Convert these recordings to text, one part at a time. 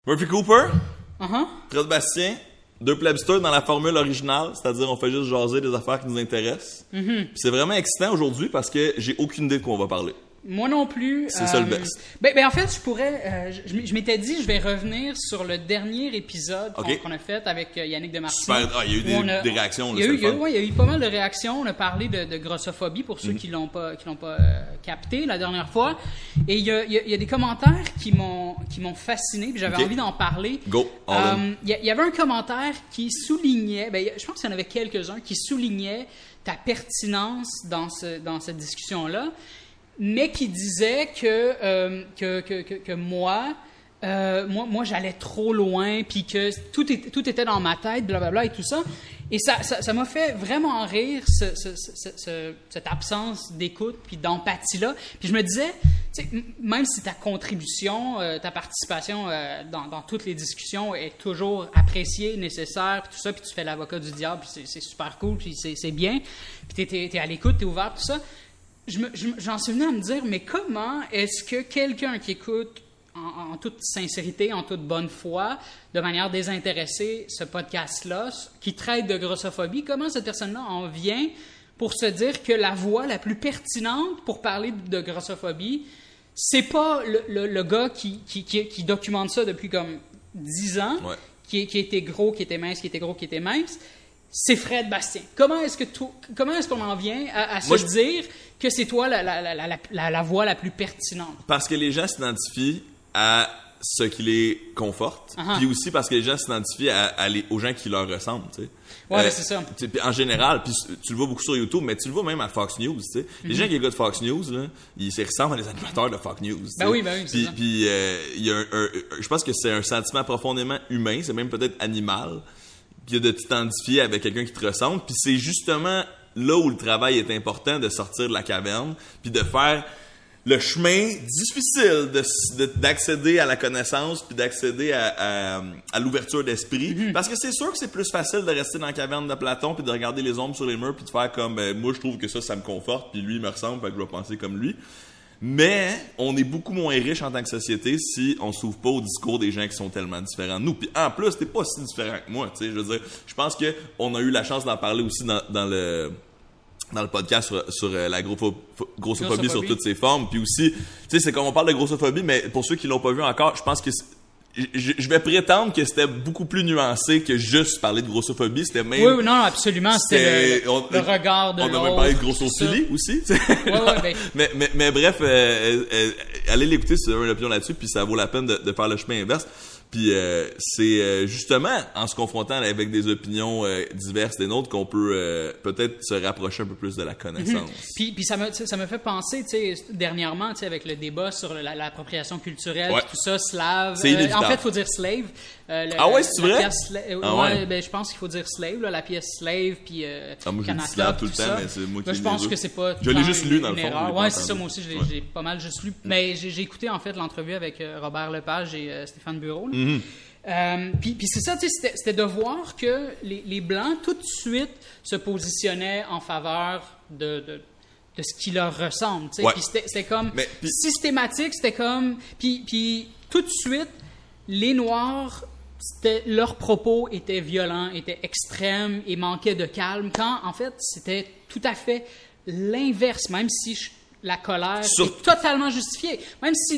Murphy Cooper, Uh-huh. Fred Bastien, deux plebsters dans la formule originale, c'est-à-dire on fait juste jaser des affaires qui nous intéressent. Puis c'est vraiment excitant aujourd'hui parce que j'ai aucune idée de quoi on va parler. Moi non plus. C'est ça le best. Ben, en fait, je pourrais. Je m'étais dit, je vais revenir sur le dernier épisode qu'on a fait avec Yannick Demartini. Super. Ah, il y a eu des réactions. Il y a eu pas mal de réactions. On a parlé de grossophobie pour ceux qui l'ont pas capté la dernière fois. Et il y a des commentaires qui m'ont fasciné. Puis j'avais envie d'en parler. Go. Il y avait un commentaire qui soulignait. Je pense qu'il y en avait quelques-uns qui soulignaient ta pertinence dans cette discussion-là. Mais qui disait que moi j'allais trop loin, puis que tout était dans ma tête, blablabla et tout ça. Et ça m'a fait vraiment rire, cette absence d'écoute puis d'empathie-là. Puis je me disais, même si ta contribution, ta participation dans toutes les discussions est toujours appréciée, nécessaire, puis tout ça, puis tu fais l'avocat du diable, puis c'est super cool, puis c'est bien, puis t'es à l'écoute, t'es ouvert, tout ça. J'en suis venu à me dire, mais comment est-ce que quelqu'un qui écoute en toute sincérité, en toute bonne foi, de manière désintéressée, ce podcast-là, qui traite de grossophobie, comment cette personne-là en vient pour se dire que la voie la plus pertinente pour parler de grossophobie, c'est pas le gars qui documente ça depuis comme 10 ans, qui était gros, qui était mince, qui était gros, qui était mince, c'est Fred Bastien. Comment est-ce qu'on en vient à se dire que c'est toi la voie la plus pertinente? Parce que les gens s'identifient à ce qui les conforte, puis aussi parce que les gens s'identifient aux gens qui leur ressemblent, tu sais. Ouais, c'est ça. En général, puis tu le vois beaucoup sur YouTube, mais tu le vois même à Fox News, tu sais. Les gens qui écoutent Fox News, là, ils se ressemblent à des animateurs de Fox News. Ben oui, c'est ça. Puis il y a je pense que c'est un sentiment profondément humain, c'est même peut-être animal, puis de t'identifier avec quelqu'un qui te ressemble. Puis c'est justement là où le travail est important, de sortir de la caverne, puis de faire le chemin difficile d'accéder à la connaissance, puis d'accéder à l'ouverture d'esprit. Parce que c'est sûr que c'est plus facile de rester dans la caverne de Platon, puis de regarder les ombres sur les murs, puis de faire comme moi je trouve que ça me conforte, puis lui il me ressemble, fait que je vais penser comme lui. Mais on est beaucoup moins riche en tant que société si on s'ouvre pas au discours des gens qui sont tellement différents de nous. Puis en plus, t'es pas si différent que moi, tu sais. Je veux dire, je pense que on a eu la chance d'en parler aussi dans le podcast sur la grossophobie sur toutes ses formes. Puis aussi, tu sais, c'est comme on parle de grossophobie, mais pour ceux qui l'ont pas vu encore, je pense que je vais prétendre que c'était beaucoup plus nuancé que juste parler de grossophobie. C'était même... Oui, non, absolument. C'était le regard de l'autre. On a même parlé de grossophilie aussi. Mais bref, allez l'écouter si vous avez une opinion là-dessus, puis ça vaut la peine de faire le chemin inverse. Puis c'est justement en se confrontant avec des opinions diverses des nôtres qu'on peut peut-être se rapprocher un peu plus de la connaissance. Puis ça me fait penser, tu sais, dernièrement, tu sais, avec le débat sur l'appropriation culturelle, tout ça, slave. C'est inévitable. En fait, il faut dire slave. C'est vrai? Je pense qu'il faut dire slave, la pièce slave, puis moi je dis slave tout le temps, mais c'est moi qui je pense que c'est pas. Je l'ai juste lu dans le fond. Ouais, c'est ça, moi aussi, j'ai pas mal juste lu. Mais j'ai écouté en fait l'entrevue avec Robert Lepage et Stéphane Bureau. Puis c'est ça, tu sais, c'était de voir que les Blancs tout de suite se positionnaient en faveur de ce qui leur ressemble, tu sais. Puis c'était comme systématique, c'était comme puis tout de suite les Noirs, leurs propos étaient violents, étaient extrêmes et manquaient de calme, quand en fait c'était tout à fait l'inverse, même si la colère est totalement justifiée. Même si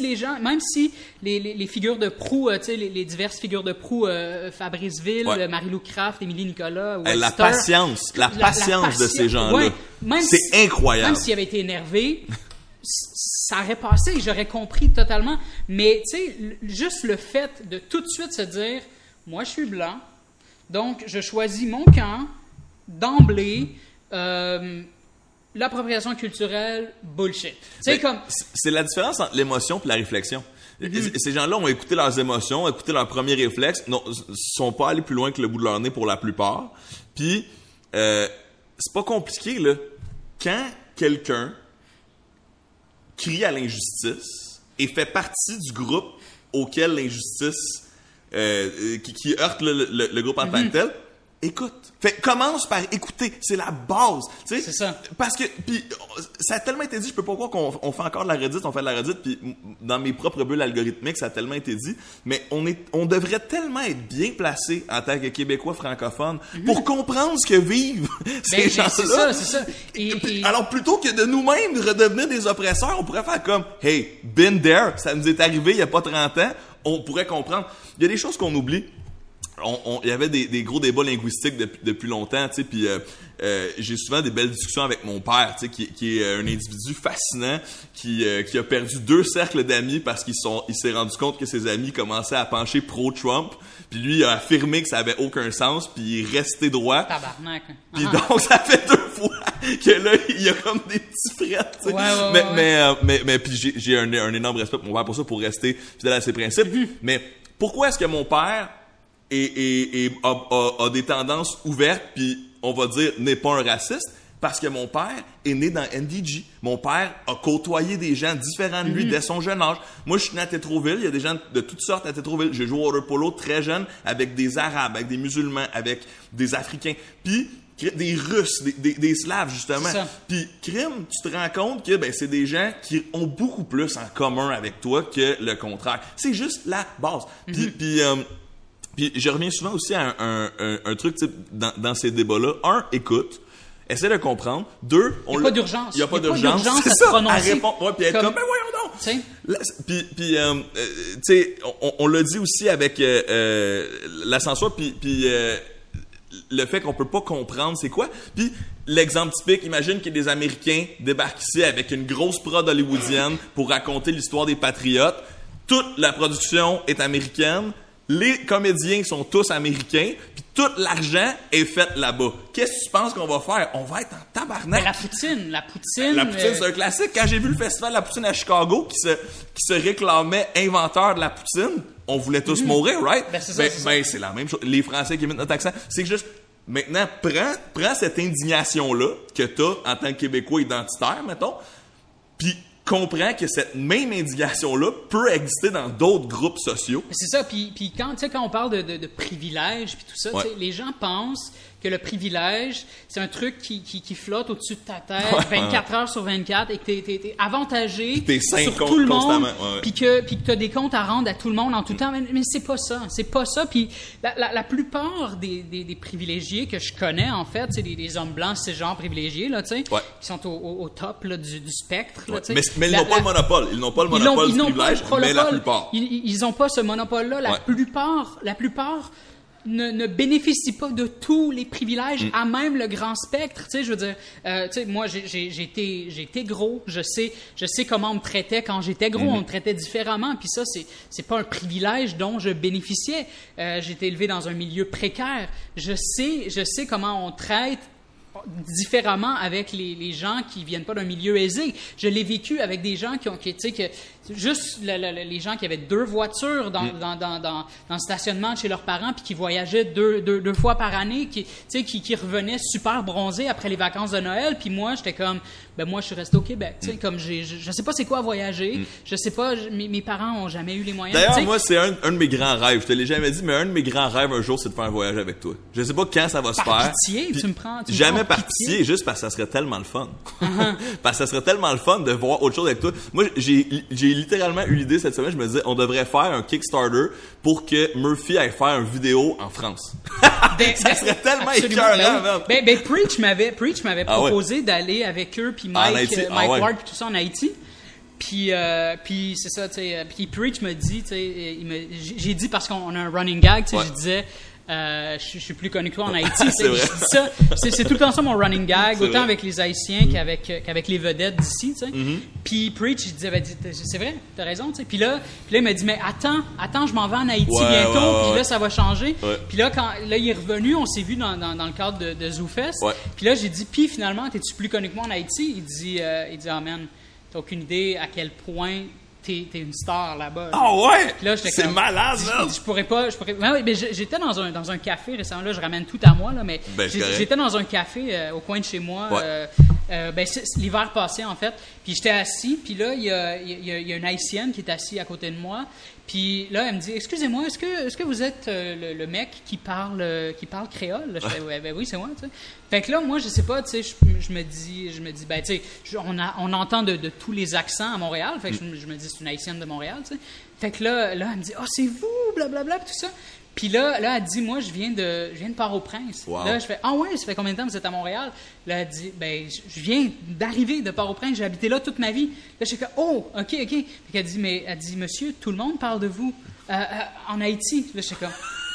les figures de proue, tu sais, les diverses figures de proue, Fabrice Ville, Marie-Lou Craft, Émilie Nicolas, Webster, la patience de ces gens-là, c'est incroyable. Même s'il avait été énervé, ça aurait passé, j'aurais compris totalement. Mais tu sais, juste le fait de tout de suite se dire, moi je suis blanc, donc je choisis mon camp d'emblée. L'appropriation culturelle, bullshit. C'est la différence entre l'émotion et la réflexion. Ces gens-là ont écouté leurs émotions, écouté leurs premiers réflexes, sont pas allés plus loin que le bout de leur nez pour la plupart. Puis, c'est pas compliqué, là. Quand quelqu'un crie à l'injustice et fait partie du groupe auquel l'injustice qui heurte le groupe en tant que tel, écoute. Commence par écouter, c'est la base, tu sais. C'est ça. Parce que, puis ça a tellement été dit, je peux pas croire qu'on fait encore de la Reddit, on fait de la Reddit, puis dans mes propres bulles algorithmiques, ça a tellement été dit, mais on devrait tellement être bien placé en tant que Québécois francophones pour comprendre ce que vivent ces gens-là. C'est ça. Alors, plutôt que de nous-mêmes redevenir des oppresseurs, on pourrait faire comme, hey, been there, ça nous est arrivé il y a pas 30 ans, on pourrait comprendre. Il y a des choses qu'on oublie. Il y avait des gros débats linguistiques depuis longtemps, tu sais, puis j'ai souvent des belles discussions avec mon père, tu sais, qui est un individu fascinant, qui a perdu 2 cercles d'amis parce il s'est rendu compte que ses amis commençaient à pencher pro-Trump, puis lui il a affirmé que ça avait aucun sens, puis il est resté droit. Tabarnak. Puis donc ça fait 2 fois que là il y a comme des petits frettes, tu sais. Mais puis j'ai un énorme respect pour mon père pour ça, pour rester fidèle à ses principes. Mais pourquoi est-ce que mon père a des tendances ouvertes, puis on va dire n'est pas un raciste? Parce que mon père est né dans NDG. Mon père a côtoyé des gens différents de lui dès son jeune âge. Moi, je suis né à Tétroville. Il y a des gens de toutes sortes à Tétroville. J'ai joué au water polo très jeune avec des Arabes, avec des musulmans, avec des Africains. Puis des Russes, des Slaves, justement. Puis, crime, tu te rends compte que c'est des gens qui ont beaucoup plus en commun avec toi que le contraire. C'est juste la base. Puis je reviens souvent aussi à un truc dans ces débats-là. 1, écoute. Essaie de comprendre. 2, il n'y a pas d'urgence. Il n'y a pas d'urgence. C'est ça. À répondre. Ouais, puis être comme, voyons donc. Puis tu sais, on l'a dit aussi avec la censure, puis le fait qu'on peut pas comprendre c'est quoi. Puis l'exemple typique, imagine que des Américains débarquent ici avec une grosse prod hollywoodienne pour raconter l'histoire des Patriotes. Toute la production est américaine. Les comédiens sont tous américains, puis tout l'argent est fait là-bas. Qu'est-ce que tu penses qu'on va faire? On va être en tabarnak. Mais la poutine, c'est un classique. Quand j'ai vu le festival de la poutine à Chicago, qui se réclamait inventeur de la poutine, on voulait tous mourir, right? C'est la même chose. Les Français qui émettent notre accent, c'est que juste, maintenant, prends cette indignation-là que t'as en tant que Québécois identitaire, mettons, puis comprends que cette même indignation-là peut exister dans d'autres groupes sociaux. C'est ça, puis quand on parle de privilèges puis tout ça, les gens pensent que le privilège, c'est un truc qui flotte au-dessus de ta tête 24 heures sur 24 et que t'es avantagé sur tout le monde, puis que t'as des comptes à rendre à tout le monde en tout temps, mais c'est pas ça. C'est pas ça. Puis la plupart des privilégiés que je connais, en fait, c'est des hommes blancs, ces genres privilégiés, là, tu sais, qui sont au top là, du spectre. Là, mais ils n'ont pas le monopole. Ils n'ont pas le monopole du privilège, mais la plupart. Ils n'ont pas ce monopole-là. La plupart ne bénéficie pas de tous les privilèges à même le grand spectre. Tu sais, je veux dire, tu sais, moi, j'ai été gros. Je sais comment on me traitait quand j'étais gros. On me traitait différemment. Puis ça, c'est pas un privilège dont je bénéficiais. J'ai été élevé dans un milieu précaire. Je sais comment on traite différemment avec les gens qui viennent pas d'un milieu aisé. Je l'ai vécu avec des gens juste les gens qui avaient 2 voitures dans le stationnement de chez leurs parents puis qui voyageaient deux fois par année, qui revenaient super bronzés après les vacances de Noël. Puis moi, j'étais comme, moi, je suis resté au Québec. Comme je sais pas c'est quoi voyager. Je sais pas, mes parents ont jamais eu les moyens. D'ailleurs, moi, c'est un de mes grands rêves. Je te l'ai jamais dit, mais un de mes grands rêves un jour, c'est de faire un voyage avec toi. Je sais pas quand ça va se faire. Par pitié, tu me prends. Jamais par pitié, juste parce que ça serait tellement le fun. Parce que ça serait tellement le fun de voir autre chose avec toi. Moi, j'ai littéralement eu l'idée cette semaine, je me disais, on devrait faire un Kickstarter pour que Murphy aille faire une vidéo en France. Ça serait tellement écœurant. Preach m'avait proposé d'aller avec eux, puis Mike Ward, puis tout ça en Haïti. Puis c'est ça, tu sais. Puis Preach me dit, tu sais, j'ai dit parce qu'on a un running gag, tu sais, je disais. Je suis plus connu que toi en Haïti. C'est tout le temps ça mon running gag, autant avec les Haïtiens qu'avec les vedettes d'ici. Tu sais. Puis Preach, il disait, c'est vrai, t'as raison. Tu sais. Puis là, il m'a dit, mais attends, je m'en vais en Haïti bientôt. Puis là, ça va changer. Puis là, quand il est revenu, on s'est vu dans le cadre de ZooFest. Puis là, j'ai dit, puis finalement, t'es-tu plus connu que moi en Haïti? Il dit, ah man, t'as aucune idée à quel point t'es une star là-bas. Ah ouais! Là, c'est malade, là! Je pourrais pas... mais j'étais dans un café récemment, là, je ramène tout à moi, là, mais j'étais dans un café au coin de chez moi, l'hiver passé, en fait. Puis j'étais assis, puis là, il y a une Haïtienne qui est assise à côté de moi. Puis là, elle me dit, excusez-moi, est-ce que vous êtes le mec qui parle créole? Là, je fais, ouais, ben oui, c'est moi, tu sais. Fait que là, moi, je sais pas, tu sais, je me dis, ben, tu sais, on entend de tous les accents à Montréal. Fait que je me dis, c'est une Haïtienne de Montréal, tu sais. Fait que là, elle me dit, c'est vous, blablabla, tout ça. Puis là, elle dit, moi, je viens de Port-au-Prince. Wow. Là, je fais, ouais, ça fait combien de temps que vous êtes à Montréal? Là, elle dit, ben, je viens d'arriver de Port-au-Prince, j'ai habité là toute ma vie. Là, je fais, OK. Puis elle dit, monsieur, tout le monde parle de vous en Haïti. Là, je fais comme,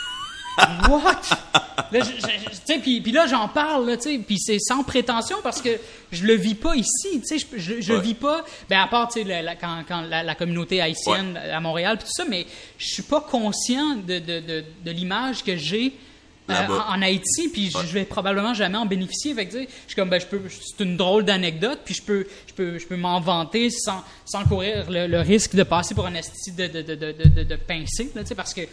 what? Là, tu sais, puis là, j'en parle, là, tu sais, puis c'est sans prétention parce que je le vis pas ici, tu sais, je vis pas, ben, à part, tu sais, quand la communauté haïtienne à Montréal, puis tout ça, mais je suis pas conscient de l'image que j'ai en Haïti, puis je vais probablement jamais en bénéficier. Fait que, tu sais, je suis comme, ben, c'est une drôle d'anecdote, puis je peux m'en vanter sans courir le risque de passer pour un esti de pincé, là, tu sais, parce que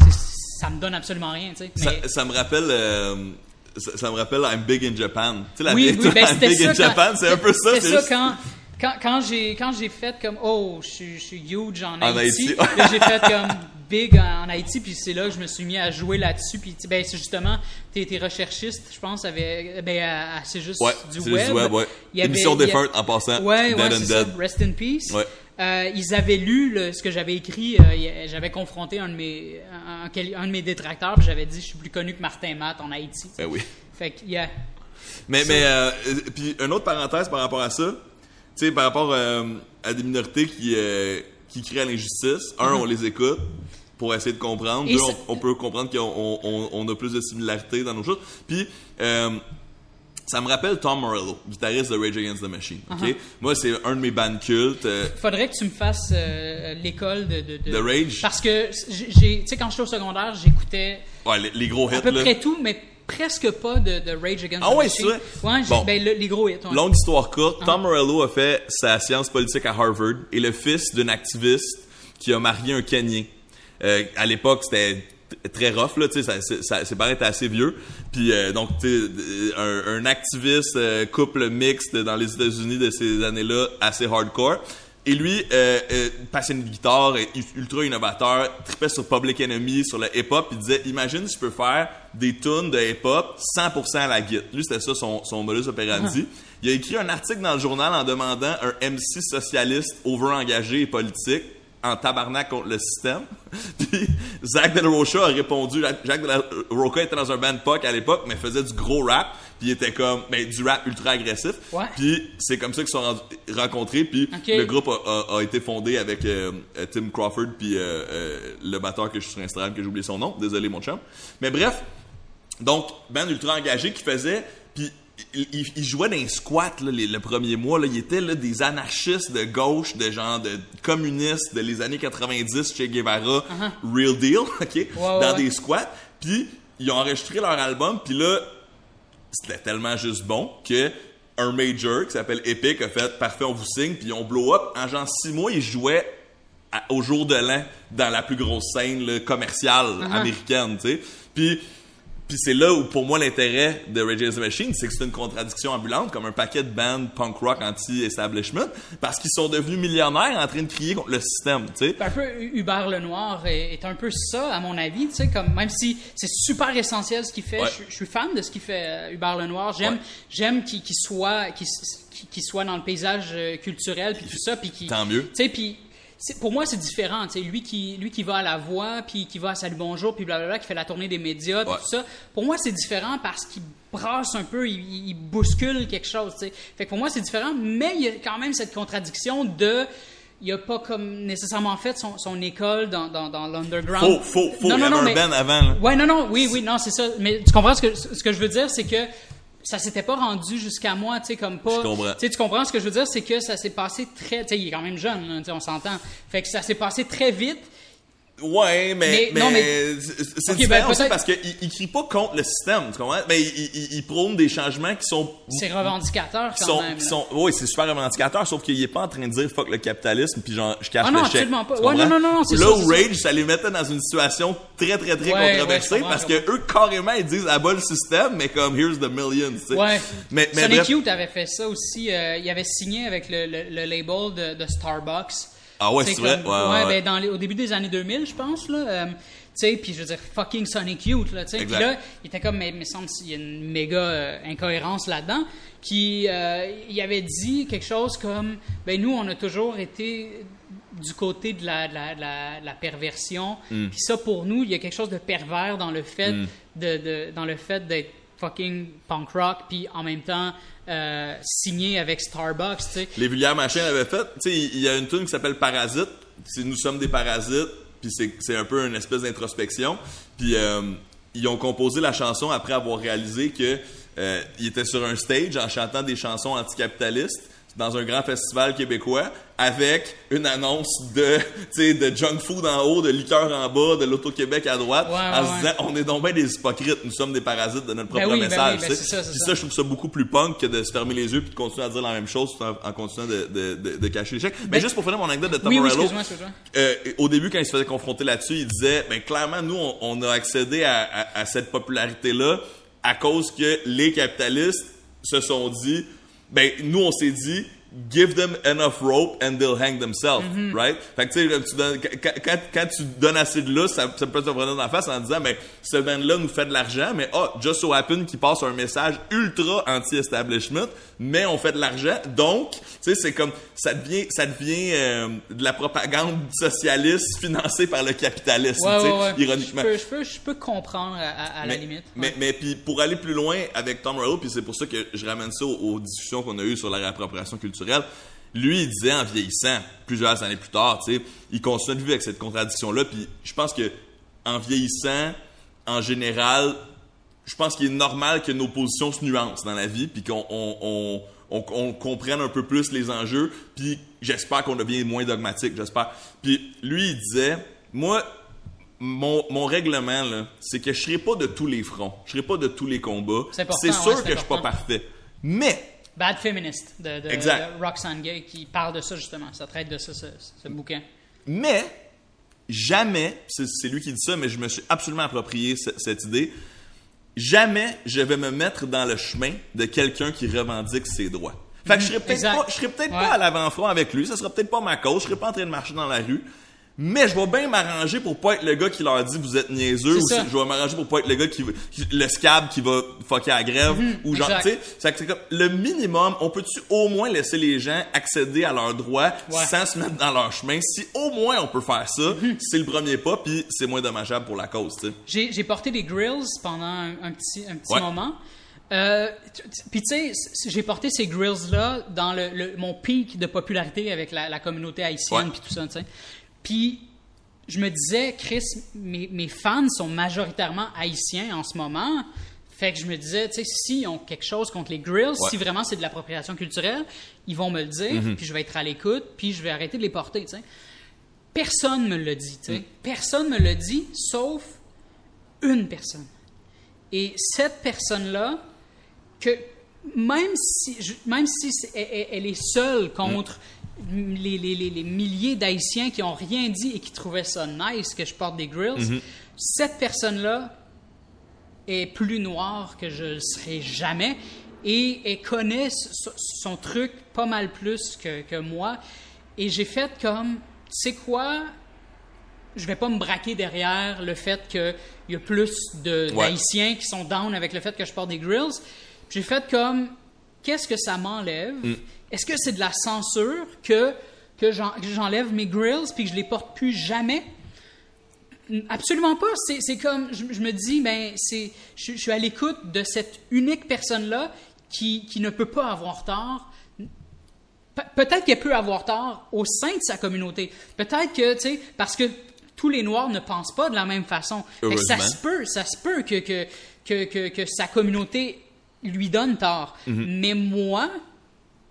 ça me donne absolument rien, tu sais. Mais... Ça me rappelle... Ça me rappelle I'm Big in Japan. Tu sais, la oui, ben, I'm Big in Japan, c'est un peu ça. C'est ça, quand j'ai fait comme, je suis huge en Haïti, là, j'ai fait comme big en Haïti, puis c'est là que je me suis mis à jouer là-dessus. Puis ben, c'est justement, tes recherchistes, je pense, c'est juste du web. Juste du web, ouais. Émission Deferred, en passant. Ouais, Dead and c'est Dead. ça. Rest in peace. Ouais. Ils avaient lu ce que j'avais écrit. J'avais confronté un de mes détracteurs, puis j'avais dit, je suis plus connu que Martin Matt en Haïti. Ben oui. Fait que, yeah. Mais puis une autre parenthèse par rapport à ça, tu sais, par rapport à des minorités qui créent l'injustice. On les écoute pour essayer de comprendre. Deux, on peut comprendre qu'on a plus de similarités dans nos choses. Puis ça me rappelle Tom Morello, guitariste de Rage Against the Machine. Okay? Moi, c'est un de mes bands cultes. Faudrait que tu me fasses l'école de Rage. Parce que, tu sais, quand j'étais au secondaire, j'écoutais les gros hits. À peu près tout, mais presque pas de Rage Against the Machine. C'est vrai? Ouais, les gros hits. Ouais. Longue histoire courte, Tom Morello a fait sa science politique à Harvard et le fils d'une activiste qui a marié un Kenyan. À l'époque, c'était très rough, là, tu sais, ses parents étaient assez vieux. Puis, donc, tu sais, un activiste, couple mixte dans les États-Unis de ces années-là, assez hardcore. Et lui, passionné de guitare, ultra innovateur, tripait sur Public Enemy, sur le hip-hop, il disait, imagine si je peux faire des tunes de hip-hop 100% à la guitare. Lui, c'était ça son modus operandi. Il a écrit un article dans le journal en demandant un MC socialiste over-engagé et politique en tabarnak contre le système. Puis Zach De La Rocha a répondu. Zach De La Rocha était dans un band punk à l'époque, mais faisait du gros rap. Puis il était comme du rap ultra agressif. Ouais. Puis c'est comme ça qu'ils se sont rencontrés. Puis le groupe a été fondé avec Tim Crawford puis le batteur que je suis sur Instagram, que j'ai oublié son nom. Désolé mon chum. Mais bref, donc band ultra engagé qui faisait. Puis il jouait dans les squats là, le premier mois. Là, il était là, des anarchistes de gauche, de genre de communistes de les années 90, Che Guevara, Real Deal, ok, dans des squats. Puis ils ont enregistré leur album. Puis là, c'était tellement juste bon que un major qui s'appelle Epic a fait parfait, on vous signe. Puis ils ont blow up. En genre 6 mois, ils jouaient au jour de l'an dans la plus grosse scène là, commerciale américaine, tu sais. Puis c'est là où, pour moi, l'intérêt de Rage Against the Machine, c'est que c'est une contradiction ambulante, comme un paquet de bands punk rock anti-establishment, parce qu'ils sont devenus millionnaires en train de crier contre le système, tu sais. Un peu, Hubert Lenoir est un peu ça, à mon avis, tu sais, comme, même si c'est super essentiel ce qu'il fait, je suis fan de ce qu'il fait, Hubert Lenoir, j'aime qu'il soit dans le paysage culturel, puis tout ça, puis tant mieux. Tu sais, puis pour moi, c'est différent. Tu sais, lui qui va à La Voix, puis qui va à Salut Bonjour, puis blablabla, qui fait la tournée des médias, puis tout ça. Pour moi, c'est différent parce qu'il brasse un peu, il bouscule quelque chose. Tu sais. Fait que pour moi, c'est différent, mais il y a quand même cette contradiction de... Il n'a pas comme nécessairement fait son école dans l'underground. Faux. Il y avait un band avant. Là. Ouais, non, c'est ça. Mais tu comprends ce que je veux dire, c'est que ça s'était pas rendu jusqu'à moi, tu sais, comme pas... Je comprends. Tu comprends ce que je veux dire, c'est que ça s'est passé très... Tu sais, il est quand même jeune, là, on s'entend. Fait que ça s'est passé très vite. Ouais, mais c'est okay, différent aussi parce qu'il crie pas contre le système, tu comprends? Ben, il prône des changements qui sont... C'est revendicateur quand même. Oui, c'est super revendicateur, sauf qu'il est pas en train de dire « fuck le capitalisme » puis genre « je cache le chèque ». Non, absolument pas. Ouais, non, c'est là, ça. Là où Rage, ça les mettait dans une situation très controversée parce que eux, carrément, ils disent « abat le système », mais comme « here's the millions », tu sais. Ouais. Mais Sonic Youth avait fait ça aussi. Il avait signé avec le label de Starbucks. Ah ouais, c'est vrai? Ouais. Ben, au début des années 2000, je pense, là. Tu sais, puis je veux dire, fucking Sonic Youth, là, tu sais. Puis là, il était comme, mais il me semble qu'il y a une méga incohérence là-dedans, il avait dit quelque chose comme, ben nous, on a toujours été du côté de la perversion. Puis ça, pour nous, il y a quelque chose de pervers dans le fait dans le fait d'être fucking punk rock, puis en même temps signé avec Starbucks, tu sais. Les Vulgaires Machines avaient fait, tu sais, il y a une tune qui s'appelle Parasite, c'est Nous sommes des parasites, puis c'est un peu une espèce d'introspection, puis ils ont composé la chanson après avoir réalisé que ils étaient sur un stage en chantant des chansons anticapitalistes dans un grand festival québécois avec une annonce de junk food en haut, de liqueur en bas, de l'Auto-Québec à droite, en se disant on est donc bien des hypocrites, nous sommes des parasites de notre propre message. C'est ça, je trouve ça beaucoup plus punk que de se fermer les yeux puis de continuer à dire la même chose en continuant de cacher l'échec. Mais juste pour finir mon anecdote de Tom Morello, excuse-moi. Au début, quand il se faisait confronter là-dessus, il disait clairement, nous, on a accédé à cette popularité-là à cause que les capitalistes se sont dit nous, on s'est dit, give them enough rope and they'll hang themselves, right? Fait que, tu sais, quand tu donnes assez de là, ça peut te prendre dans la face en disant, ce band-là nous fait de l'argent, mais just so happen qu'il passe un message ultra anti-establishment, mais on fait de l'argent, donc, tu sais, c'est comme, ça devient de la propagande socialiste financée par le capitalisme, ironiquement. Je peux comprendre à la limite. Mais puis pour aller plus loin avec Tom Morello, puis c'est pour ça que je ramène ça aux discussions qu'on a eues sur la réappropriation culturelle. Lui, il disait en vieillissant, plusieurs années plus tard, tu sais, il continue de vivre avec cette contradiction-là, puis je pense que en vieillissant, en général, je pense qu'il est normal que nos positions se nuancent dans la vie, puis qu'on comprenne un peu plus les enjeux, puis j'espère qu'on devient moins dogmatique, j'espère. Puis lui, il disait, moi, mon règlement, là, c'est que je serai pas de tous les fronts, je serai pas de tous les combats. C'est sûr que je suis pas parfait, mais Bad Feminist de Roxane Gay qui parle de ça justement, ça traite de ça ce bouquin. Mais jamais, c'est lui qui dit ça, mais je me suis absolument approprié cette idée. Jamais je vais me mettre dans le chemin de quelqu'un qui revendique ses droits. Fait que je serais peut-être pas à l'avant-front avec lui, ça sera peut-être pas ma cause, je serais pas en train de marcher dans la rue, mais je vais bien m'arranger pour pas être le gars qui leur dit vous êtes niaiseux, ou je vais m'arranger pour pas être le gars le scab qui va fucker à la grève, ou genre, tu sais, c'est comme le minimum, on peut-tu au moins laisser les gens accéder à leurs droits sans se mettre dans leur chemin? Si au moins on peut faire ça, c'est le premier pas, puis c'est moins dommageable pour la cause, tu sais. J'ai porté des grills pendant un petit moment. Puis tu sais, j'ai porté ces grills-là dans mon pic de popularité avec la communauté haïtienne puis tout ça, tu sais. Puis je me disais, Chris, mes fans sont majoritairement haïtiens en ce moment. Fait que je me disais, tu sais, s'ils ont quelque chose contre les grills, si vraiment c'est de l'appropriation culturelle, ils vont me le dire, puis je vais être à l'écoute, puis je vais arrêter de les porter, tu sais. Personne me l'a dit, tu sais. Personne me l'a dit, sauf une personne. Et cette personne-là, que même si elle est seule contre les milliers d'Haïtiens qui n'ont rien dit et qui trouvaient ça nice que je porte des grills, cette personne-là est plus noire que je le serai jamais et elle connaît son truc pas mal plus que moi. Et j'ai fait comme, tu sais quoi, je vais pas me braquer derrière le fait qu'il y a plus d'Haïtiens qui sont down avec le fait que je porte des grills. J'ai fait comme, qu'est-ce que ça m'enlève? Est-ce que c'est de la censure que j'enlève mes grills puis que je les porte plus jamais? Absolument pas. C'est comme, je me dis, je suis à l'écoute de cette unique personne-là qui ne peut pas avoir tort. Peut-être qu'elle peut avoir tort au sein de sa communauté. Peut-être que, tu sais, parce que tous les Noirs ne pensent pas de la même façon. Ça se peut que sa communauté lui donne tort. Mais moi,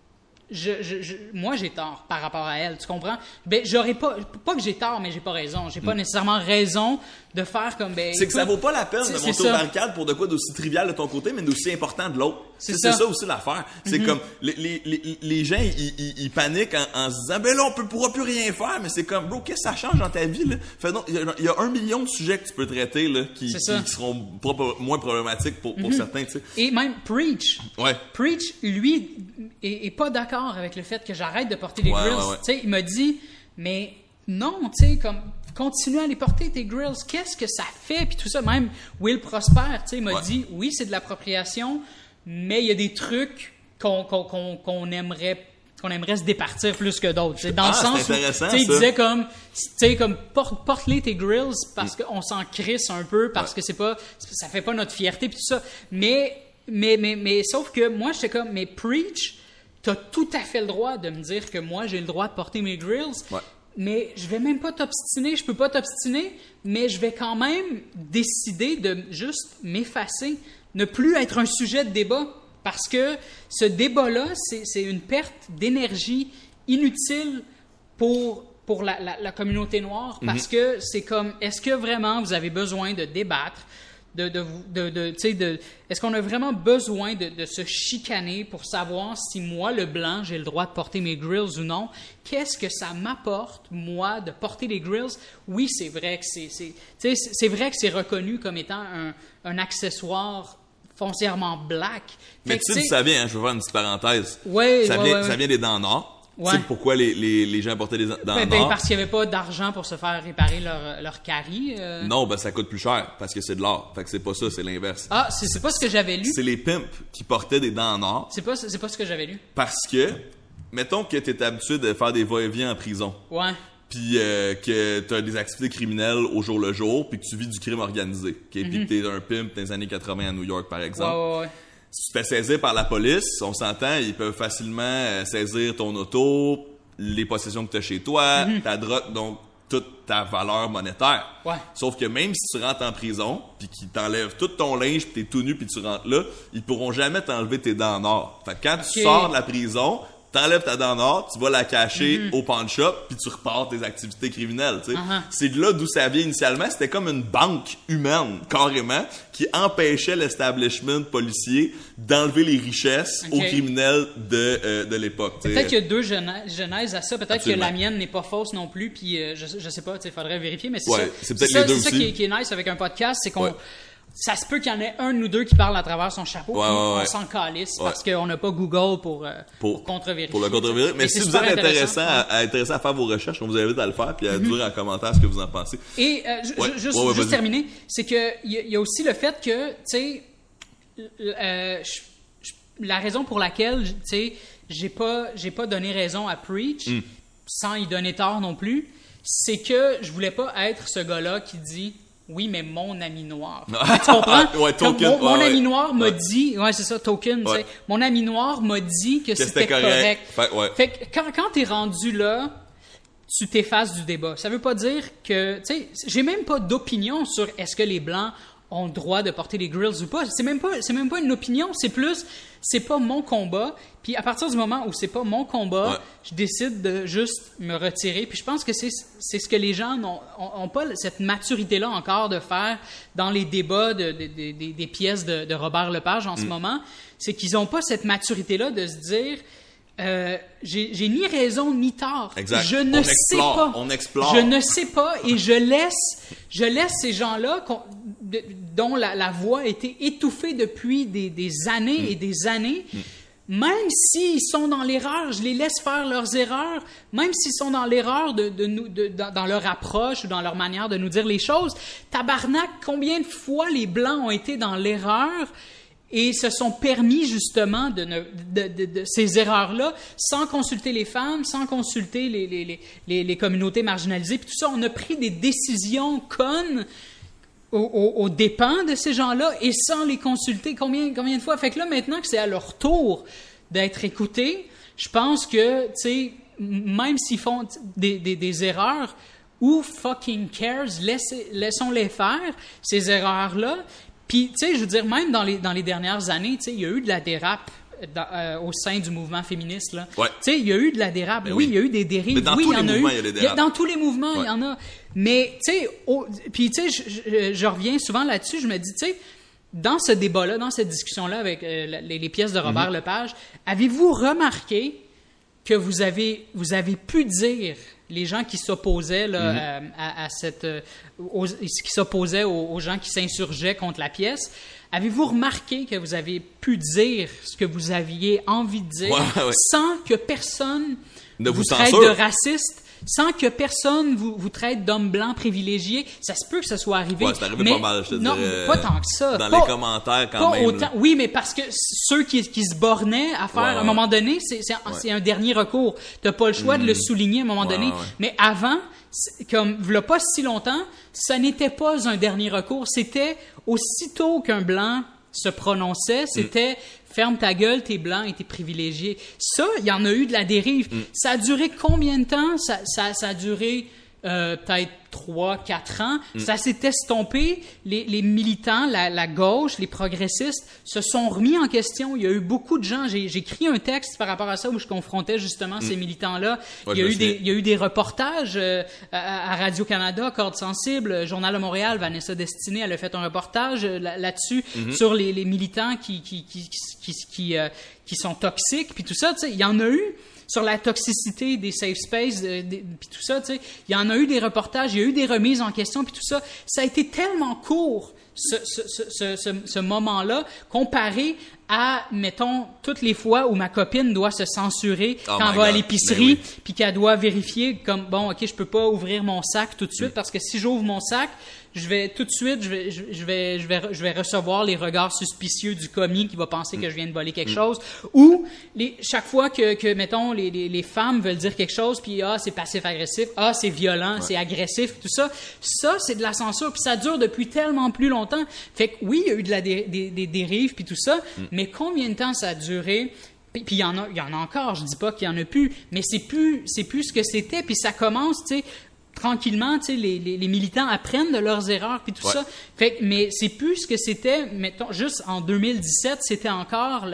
moi, j'ai tort par rapport à elle, tu comprends? Ben, j'aurais pas que j'ai tort, mais j'ai pas raison. J'ai pas nécessairement raison de faire comme, ben... C'est que ça vaut pas la peine de monter ça. aux barricades pour de quoi d'aussi trivial de ton côté, mais d'aussi important de l'autre. C'est ça aussi l'affaire. C'est comme, les gens, ils paniquent en se disant, ben là, on pourra plus rien faire, mais c'est comme, bro, qu'est-ce que ça change dans ta vie, là? Fait donc, il y a 1 million de sujets que tu peux traiter, là, qui seront moins problématiques pour certains, tu sais. Et même Preach. Ouais. Preach, lui, est pas d'accord avec le fait que j'arrête de porter les grills. Ouais. Tu sais, il m'a dit, mais non, tu sais, comme, continue à les porter, tes grills. Qu'est-ce que ça fait? Puis tout ça, même Will Prosper, tu sais, il m'a dit, oui, c'est de l'appropriation, mais il y a des trucs qu'on aimerait se départir plus que d'autres. C'est dans le sens où, il disait comme porte-les tes grills parce qu'on s'en crisse un peu, parce que ça fait pas notre fierté, puis tout ça. Mais sauf que moi, j'étais comme, mais Preach, t'as tout à fait le droit de me dire que moi, j'ai le droit de porter mes grills, mais je vais même pas t'obstiner, je peux pas t'obstiner, mais je vais quand même décider de juste m'effacer, ne plus être un sujet de débat, parce que ce débat-là, c'est une perte d'énergie inutile pour la communauté noire, parce que c'est comme, est-ce que vraiment vous avez besoin de débattre, est-ce qu'on a vraiment besoin de se chicaner pour savoir si moi, le blanc, j'ai le droit de porter mes grills ou non? Qu'est-ce que ça m'apporte, moi, de porter les grills? Oui, c'est vrai que c'est vrai que c'est reconnu comme étant un accessoire foncièrement black. Mais tu sais d'où ça vient, hein? Je veux faire une petite parenthèse. Ça vient des dents nord. Tu sais pourquoi les gens portaient des dents nord? Parce qu'il n'y avait pas d'argent pour se faire réparer leur carie. Non, ça coûte plus cher parce que c'est de l'or. Fait que c'est pas ça, c'est l'inverse. Ah, c'est pas ce que j'avais lu. C'est les pimps qui portaient des dents nord. C'est pas ce que j'avais lu. Parce que, mettons que tu es habitué de faire des va-et-vient en prison. Ouais. Puis que tu as des activités criminelles au jour le jour, puis que tu vis du crime organisé. Puis que tu es un pimp dans les années 80 à New York, par exemple. Ouais. Si tu te fais saisir par la police, on s'entend, ils peuvent facilement saisir ton auto, les possessions que tu as chez toi, ta drogue, donc toute ta valeur monétaire. Ouais. Sauf que même si tu rentres en prison, puis qu'ils t'enlèvent tout ton linge, puis t'es tout nu, puis tu rentres là, ils pourront jamais t'enlever tes dents en or. Fait que quand tu sors de la prison, t'enlèves ta dent en or, tu vas la cacher au pawn shop, puis tu repars tes activités criminelles. Tu sais. C'est de là d'où ça vient initialement. C'était comme une banque humaine, carrément, qui empêchait l'establishment policier d'enlever les richesses aux criminels de l'époque. Peut-être qu'il y a deux genèses à ça. Peut-être que la mienne n'est pas fausse non plus, puis je sais pas, il faudrait vérifier, mais c'est ça. C'est peut-être les deux aussi. C'est ça qui est nice avec un podcast, c'est qu'on... Ça se peut qu'il y en ait un ou deux qui parlent à travers son chapeau. On s'en calisse parce qu'on n'a pas Google pour contre-vérifier. Pour le contre-vérifier. Mais si vous êtes intéressé à faire vos recherches, on vous invite à le faire puis à dire en commentaire ce que vous en pensez. Et juste terminer, c'est que il y a aussi le fait que, tu sais, la raison pour laquelle, tu sais, j'ai pas donné raison à Preach sans y donner tort non plus, c'est que je voulais pas être ce gars-là qui dit... Oui, mais mon ami noir. Tu comprends? Token. Mon ami noir m'a dit... Ouais, c'est ça, Token. Tu sais, mon ami noir m'a dit que c'était correct. Fait que quand t'es rendu là, tu t'effaces du débat. Ça veut pas dire que... Tu sais, j'ai même pas d'opinion sur est-ce que les Blancs ont le droit de porter les grills ou pas. C'est même pas une opinion, c'est plus... C'est pas mon combat. Puis à partir du moment où c'est pas mon combat, je décide de juste me retirer. Puis je pense que c'est ce que les gens n'ont pas cette maturité-là encore de faire dans les débats des pièces de Robert Lepage en ce moment. C'est qu'ils n'ont pas cette maturité-là de se dire j'ai ni raison ni tort. Exact. Je ne sais pas. On explore. Je ne sais pas et je laisse ces gens-là dont la voix a été étouffée depuis des années et des années. Même s'ils sont dans l'erreur, je les laisse faire leurs erreurs. Même s'ils sont dans l'erreur dans leur approche ou dans leur manière de nous dire les choses. Tabarnak, combien de fois les Blancs ont été dans l'erreur et se sont permis justement de ces erreurs-là sans consulter les femmes, sans consulter les communautés marginalisées. Puis tout ça, on a pris des décisions connes aux dépens de ces gens-là et sans les consulter combien de fois. Fait que là, maintenant que c'est à leur tour d'être écoutés, je pense que, tu sais, même s'ils font des erreurs, who fucking cares? Laissons-les faire, ces erreurs-là. Puis, tu sais, je veux dire, même dans les dernières années, tu sais, il y a eu de la dérape au sein du mouvement féministe. Là. Ouais. Tu sais, il y a eu de la dérape. Ben oui, il y a eu des dérives. Mais dans oui, tous il y les en a mouvements, eu. il y a des dérapes. Dans tous les mouvements, il y en a. Mais, tu sais, puis tu sais, je reviens souvent là-dessus, je me dis, tu sais, dans ce débat-là, dans cette discussion-là avec les pièces de Robert Lepage, avez-vous remarqué que vous avez pu dire, les gens qui s'opposaient là, à cette... qui s'opposaient aux gens qui s'insurgeaient contre la pièce, avez-vous remarqué que vous avez pu dire ce que vous aviez envie de dire sans que personne ne vous traite censure. de raciste, sans que personne vous traite d'homme blanc privilégié? Ça se peut que ça soit arrivé. Ouais, c'est arrivé pas mal, je te non, dirais. pas tant que ça. Dans Pas- les commentaires, quand pas même. autant. Oui, mais parce que ceux qui se bornaient à faire, à un moment donné, c'est un dernier recours. Tu n'as pas le choix de le souligner à un moment donné. Ouais. Mais avant, comme il n'y a pas si longtemps, ça n'était pas un dernier recours. C'était aussitôt qu'un blanc se prononçait, c'était ferme ta gueule, t'es blanc et t'es privilégié. Ça, il y en a eu de la dérive. Ça a duré combien de temps? Ça a duré peut-être 3-4 ans. Ça s'est estompé. Les militants, la gauche, les progressistes se sont remis en question. Il y a eu beaucoup de gens. J'ai écrit un texte par rapport à ça où je confrontais justement ces militants-là. Ouais, il y a eu des reportages à Radio-Canada, Corde Sensible, Journal de Montréal, Vanessa Destinée, elle a fait un reportage là-dessus sur les militants qui sont toxiques, puis tout ça. Tu sais, il y en a eu sur la toxicité des safe spaces, puis tout ça, tu sais. Il y en a eu des reportages, il y a eu des remises en question, puis tout ça. Ça a été tellement court, ce moment-là, comparé à, mettons, toutes les fois où ma copine doit se censurer quand elle va à l'épicerie, puis qu'elle doit vérifier comme, bon, OK, je peux pas ouvrir mon sac tout de suite, parce que si j'ouvre mon sac, je vais tout de suite, je vais recevoir les regards suspicieux du commis qui va penser que je viens de voler quelque chose. Ou chaque fois que mettons les femmes veulent dire quelque chose, puis c'est passif-agressif, c'est violent, c'est agressif, tout ça. Ça, c'est de la censure, puis ça dure depuis tellement plus longtemps. Fait que oui, il y a eu des dérives, puis tout ça, mais combien de temps ça a duré? Puis il y en a encore. Je dis pas qu'il y en a plus, mais c'est plus ce que c'était. Puis ça commence, tu sais. Tranquillement, tu sais, les militants apprennent de leurs erreurs puis tout ça. Fait mais c'est plus ce que c'était, mettons, juste en 2017, c'était encore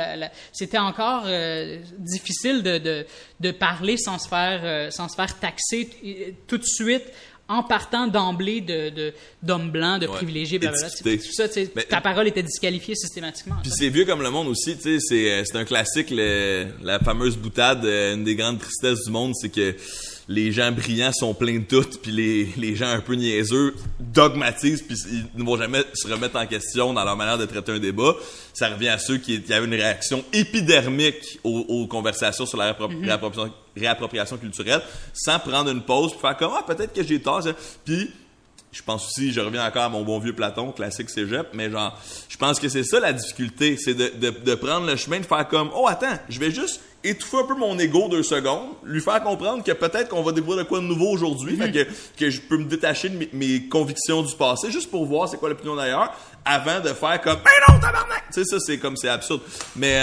difficile de parler sans se faire taxer tout de suite en partant d'emblée d'hommes blancs, de privilégiés, blablabla. Tout ça, ta parole était disqualifiée systématiquement. Puis c'est vieux comme le monde aussi, tu sais, c'est un classique, la fameuse boutade, une des grandes tristesses du monde, c'est que les gens brillants sont pleins de doutes, puis les gens un peu niaiseux dogmatisent, puis ils ne vont jamais se remettre en question dans leur manière de traiter un débat. Ça revient à ceux qui avaient une réaction épidermique aux conversations sur la réappropriation culturelle, sans prendre une pause pour faire comme peut-être que j'ai tort. Puis je pense aussi, je reviens encore à mon bon vieux Platon, classique cégep, mais genre, je pense que c'est ça la difficulté, c'est de prendre le chemin, de faire comme attends, je vais juste étouffer un peu mon ego 2 secondes, lui faire comprendre que peut-être qu'on va découvrir de quoi de nouveau aujourd'hui, fait que je peux me détacher de mes convictions du passé, juste pour voir c'est quoi l'opinion d'ailleurs, avant de faire comme non, tabarnak! Tu sais, ça, c'est absurde. Mais,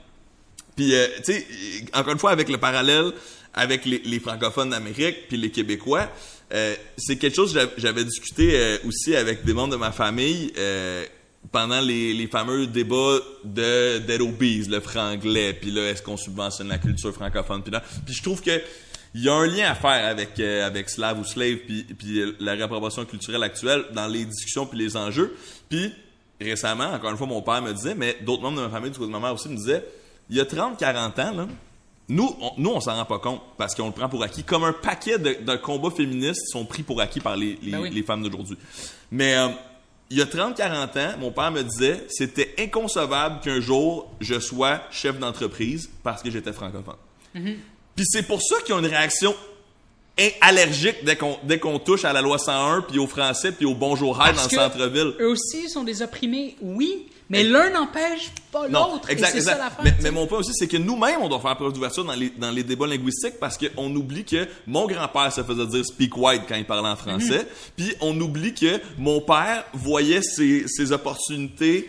puis, tu sais, encore une fois, avec le parallèle avec les francophones d'Amérique puis les Québécois, c'est quelque chose que j'avais discuté aussi avec des membres de ma famille pendant les fameux débats d'Ed Obese, le franglais, puis là, est-ce qu'on subventionne la culture francophone, puis là, puis je trouve que il y a un lien à faire avec Slave ou Slave puis la réappropriation culturelle actuelle dans les discussions puis les enjeux. Puis récemment, encore une fois, mon père me disait, mais d'autres membres de ma famille du côté de ma mère aussi me disaient, il y a 30-40 ans, là, nous, on s'en rend pas compte parce qu'on le prend pour acquis, comme un paquet de combats féministes sont pris pour acquis par les femmes d'aujourd'hui. Mais il y a 30-40 ans, mon père me disait, c'était inconcevable qu'un jour, je sois chef d'entreprise parce que j'étais francophone. Mm-hmm. Puis c'est pour ça qu'ils ont une réaction allergique dès qu'on touche à la loi 101, puis au français, puis au bonjour hi dans le centre-ville. Eux aussi sont des opprimés, oui, mais l'un n'empêche pas l'autre. Exact. Ça l'affaire. Mais mon point aussi, c'est que nous-mêmes, on doit faire preuve d'ouverture dans les débats linguistiques parce qu'on oublie que mon grand-père se faisait dire « speak white » quand il parlait en français, puis on oublie que mon père voyait ses opportunités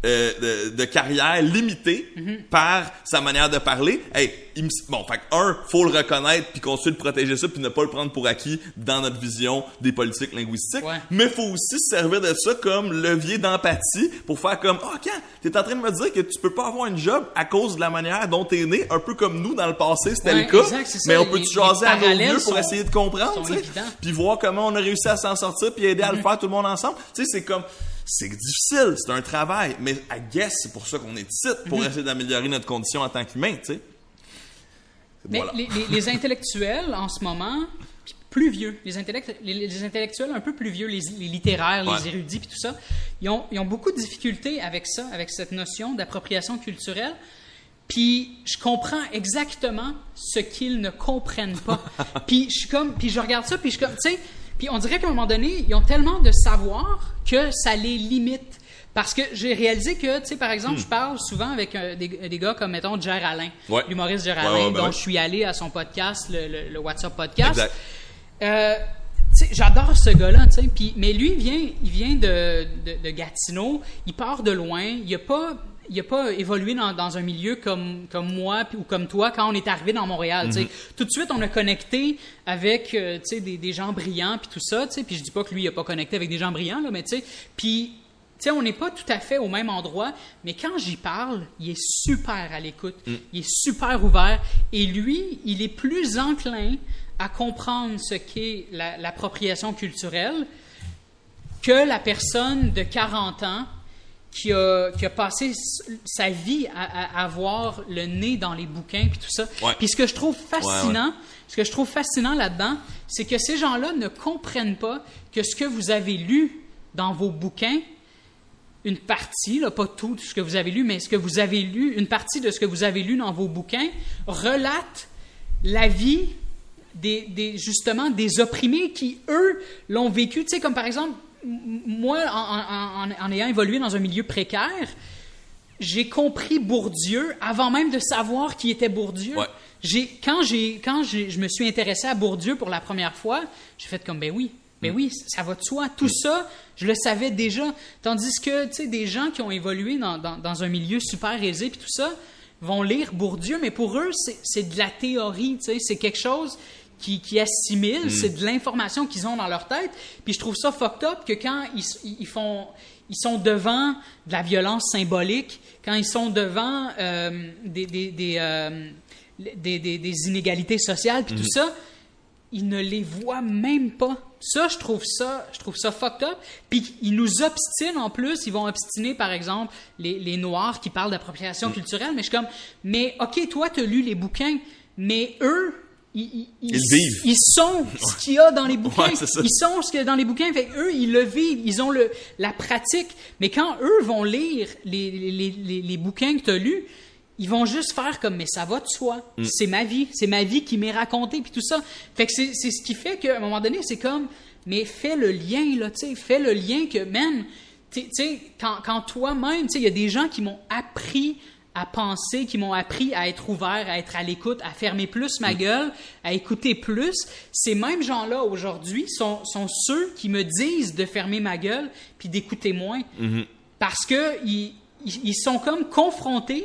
de carrière limitée par sa manière de parler. Hey, faut le reconnaître puis continuer de protéger ça puis ne pas le prendre pour acquis dans notre vision des politiques linguistiques. Mais faut aussi se servir de ça comme levier d'empathie pour faire comme quand t'es en train de me dire que tu peux pas avoir une job à cause de la manière dont t'es né, un peu comme nous dans le passé, c'était Ouais, le cas. exact, c'est ça. Mais on peut jaser à nos vieux pour sont- essayer de comprendre, sont tu sais. évidents. Puis voir comment on a réussi à s'en sortir puis aider à le faire tout le monde ensemble. Tu sais, c'est comme... C'est difficile, c'est un travail, mais I guess c'est pour ça qu'on est ici, pour essayer d'améliorer notre condition en tant qu'humain, tu sais. Mais Voilà. les intellectuels, en ce moment, plus vieux, les intellectuels un peu plus vieux, les littéraires, les Ouais. érudits, puis tout ça, ils ont beaucoup de difficultés avec ça, avec cette notion d'appropriation culturelle. Puis je comprends exactement ce qu'ils ne comprennent pas. Puis je regarde ça, puis je suis comme, tu sais, puis on dirait qu'à un moment donné, ils ont tellement de savoir que ça les limite. Parce que j'ai réalisé que, tu sais, par exemple, je parle souvent avec des gars comme, mettons, Jer Alain, Ouais. l'humoriste Jer Ouais, Alain, ouais, ben dont ouais. je suis allé à son podcast, le WhatsApp Podcast. Exact. Tu sais, j'adore ce gars-là, tu sais. Mais lui, il vient de Gatineau, il part de loin, il a pas évolué dans un milieu comme moi ou comme toi quand on est arrivé dans Montréal. Tu sais. Tout de suite, on a connecté avec tu sais, des gens brillants puis tout ça. Tu sais. Puis je dis pas que lui, il a pas connecté avec des gens brillants, là, mais tu sais. Puis, tu sais, on n'est pas tout à fait au même endroit, mais quand j'y parle, il est super à l'écoute. Il est super ouvert. Et lui, il est plus enclin à comprendre ce qu'est l'appropriation culturelle que la personne de 40 ans qui a passé sa vie à avoir le nez dans les bouquins puis tout ça. Ouais. Puis ce que je trouve fascinant, Ouais. ce que je trouve fascinant là-dedans, c'est que ces gens-là ne comprennent pas que ce que vous avez lu dans vos bouquins, une partie, là, pas tout ce que vous avez lu, mais ce que vous avez lu, une partie de ce que vous avez lu dans vos bouquins relate la vie justement des opprimés qui, eux, l'ont vécu. Tu sais, comme par exemple, moi, en ayant évolué dans un milieu précaire, j'ai compris Bourdieu avant même de savoir qui était Bourdieu. Ouais. Quand je me suis intéressé à Bourdieu pour la première fois, j'ai fait comme, ben oui, ça va de soi. Tout ça, je le savais déjà. Tandis que, tu sais, des gens qui ont évolué dans un milieu super aisé puis tout ça, vont lire Bourdieu, mais pour eux, c'est de la théorie, tu sais, c'est quelque chose qui assimilent, c'est de l'information qu'ils ont dans leur tête. Puis je trouve ça fucked up que quand ils sont devant de la violence symbolique, quand ils sont devant des inégalités sociales, puis tout ça, ils ne les voient même pas. Ça, je trouve ça fucked up. Puis ils nous obstinent en plus. Ils vont obstiner, par exemple, les Noirs qui parlent d'appropriation culturelle. Mais je suis comme, mais OK, toi, tu as lu les bouquins, mais eux, ils vivent. Ils sont ce qu'il y a dans les bouquins. Ouais, c'est ça. Ils sont ce qu'il y a dans les bouquins. Fait eux, ils le vivent. Ils ont la pratique. Mais quand eux vont lire les bouquins que tu as lus, ils vont juste faire comme, mais ça va de soi. C'est ma vie qui m'est racontée, puis tout ça. Fait que c'est ce qui fait qu'à un moment donné, c'est comme, mais fais le lien, là, tu sais, fais le lien que, man, tu sais, quand toi-même, tu sais, il y a des gens qui m'ont appris à penser, qui m'ont appris à être ouvert, à être à l'écoute, à fermer plus ma gueule, à écouter plus. Ces mêmes gens-là, aujourd'hui, sont ceux qui me disent de fermer ma gueule puis d'écouter moins. Parce que ils sont comme confrontés.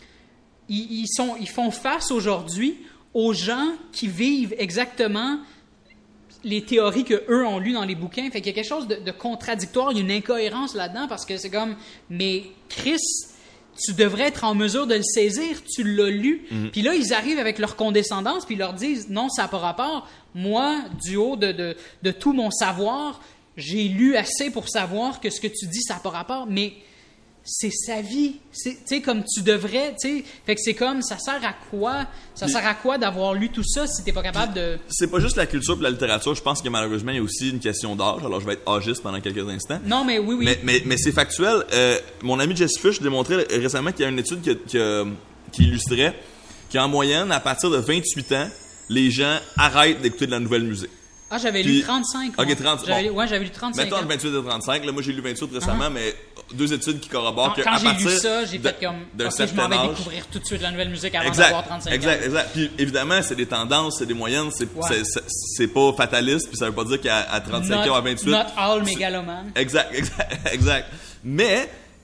Ils font face aujourd'hui aux gens qui vivent exactement les théories qu'eux ont lues dans les bouquins. Fait qu'il y a quelque chose de contradictoire, il y a une incohérence là-dedans parce que c'est comme, mais Chris, tu devrais être en mesure de le saisir, tu l'as lu. Puis là, ils arrivent avec leur condescendance puis ils leur disent, non, ça n'a pas rapport. Moi, du haut de tout mon savoir, j'ai lu assez pour savoir que ce que tu dis, ça n'a pas rapport. Mais c'est sa vie. Tu sais, comme tu devrais, tu sais. Fait que c'est comme, ça sert à quoi? Ça sert à quoi d'avoir lu tout ça si t'es pas capable de... C'est pas juste la culture et la littérature. Je pense que malheureusement, il y a aussi une question d'âge. Alors, je vais être âgiste pendant quelques instants. Non, mais oui. Mais c'est factuel. Mon ami Jesse Fish démontrait récemment qu'il y a une étude qui illustrait qu'en moyenne, à partir de 28 ans, les gens arrêtent d'écouter de la nouvelle musique. Ah, j'avais lu 35. OK, 30. J'avais lu 35. Mettons entre 28 et 35. Là, moi, j'ai lu 28 récemment, mais deux études qui corroborent Quand qu'à j'ai partir lu ça, j'ai fait comme, d'un OK, je certain m'en vais âge. découvrir tout de suite la nouvelle musique avant d'avoir 35 ans. Exact. Puis évidemment, c'est des tendances, c'est des moyennes, c'est pas fataliste, puis ça veut pas dire qu'à 35 ans, à 28... Not all mégaloman. Exact. Mais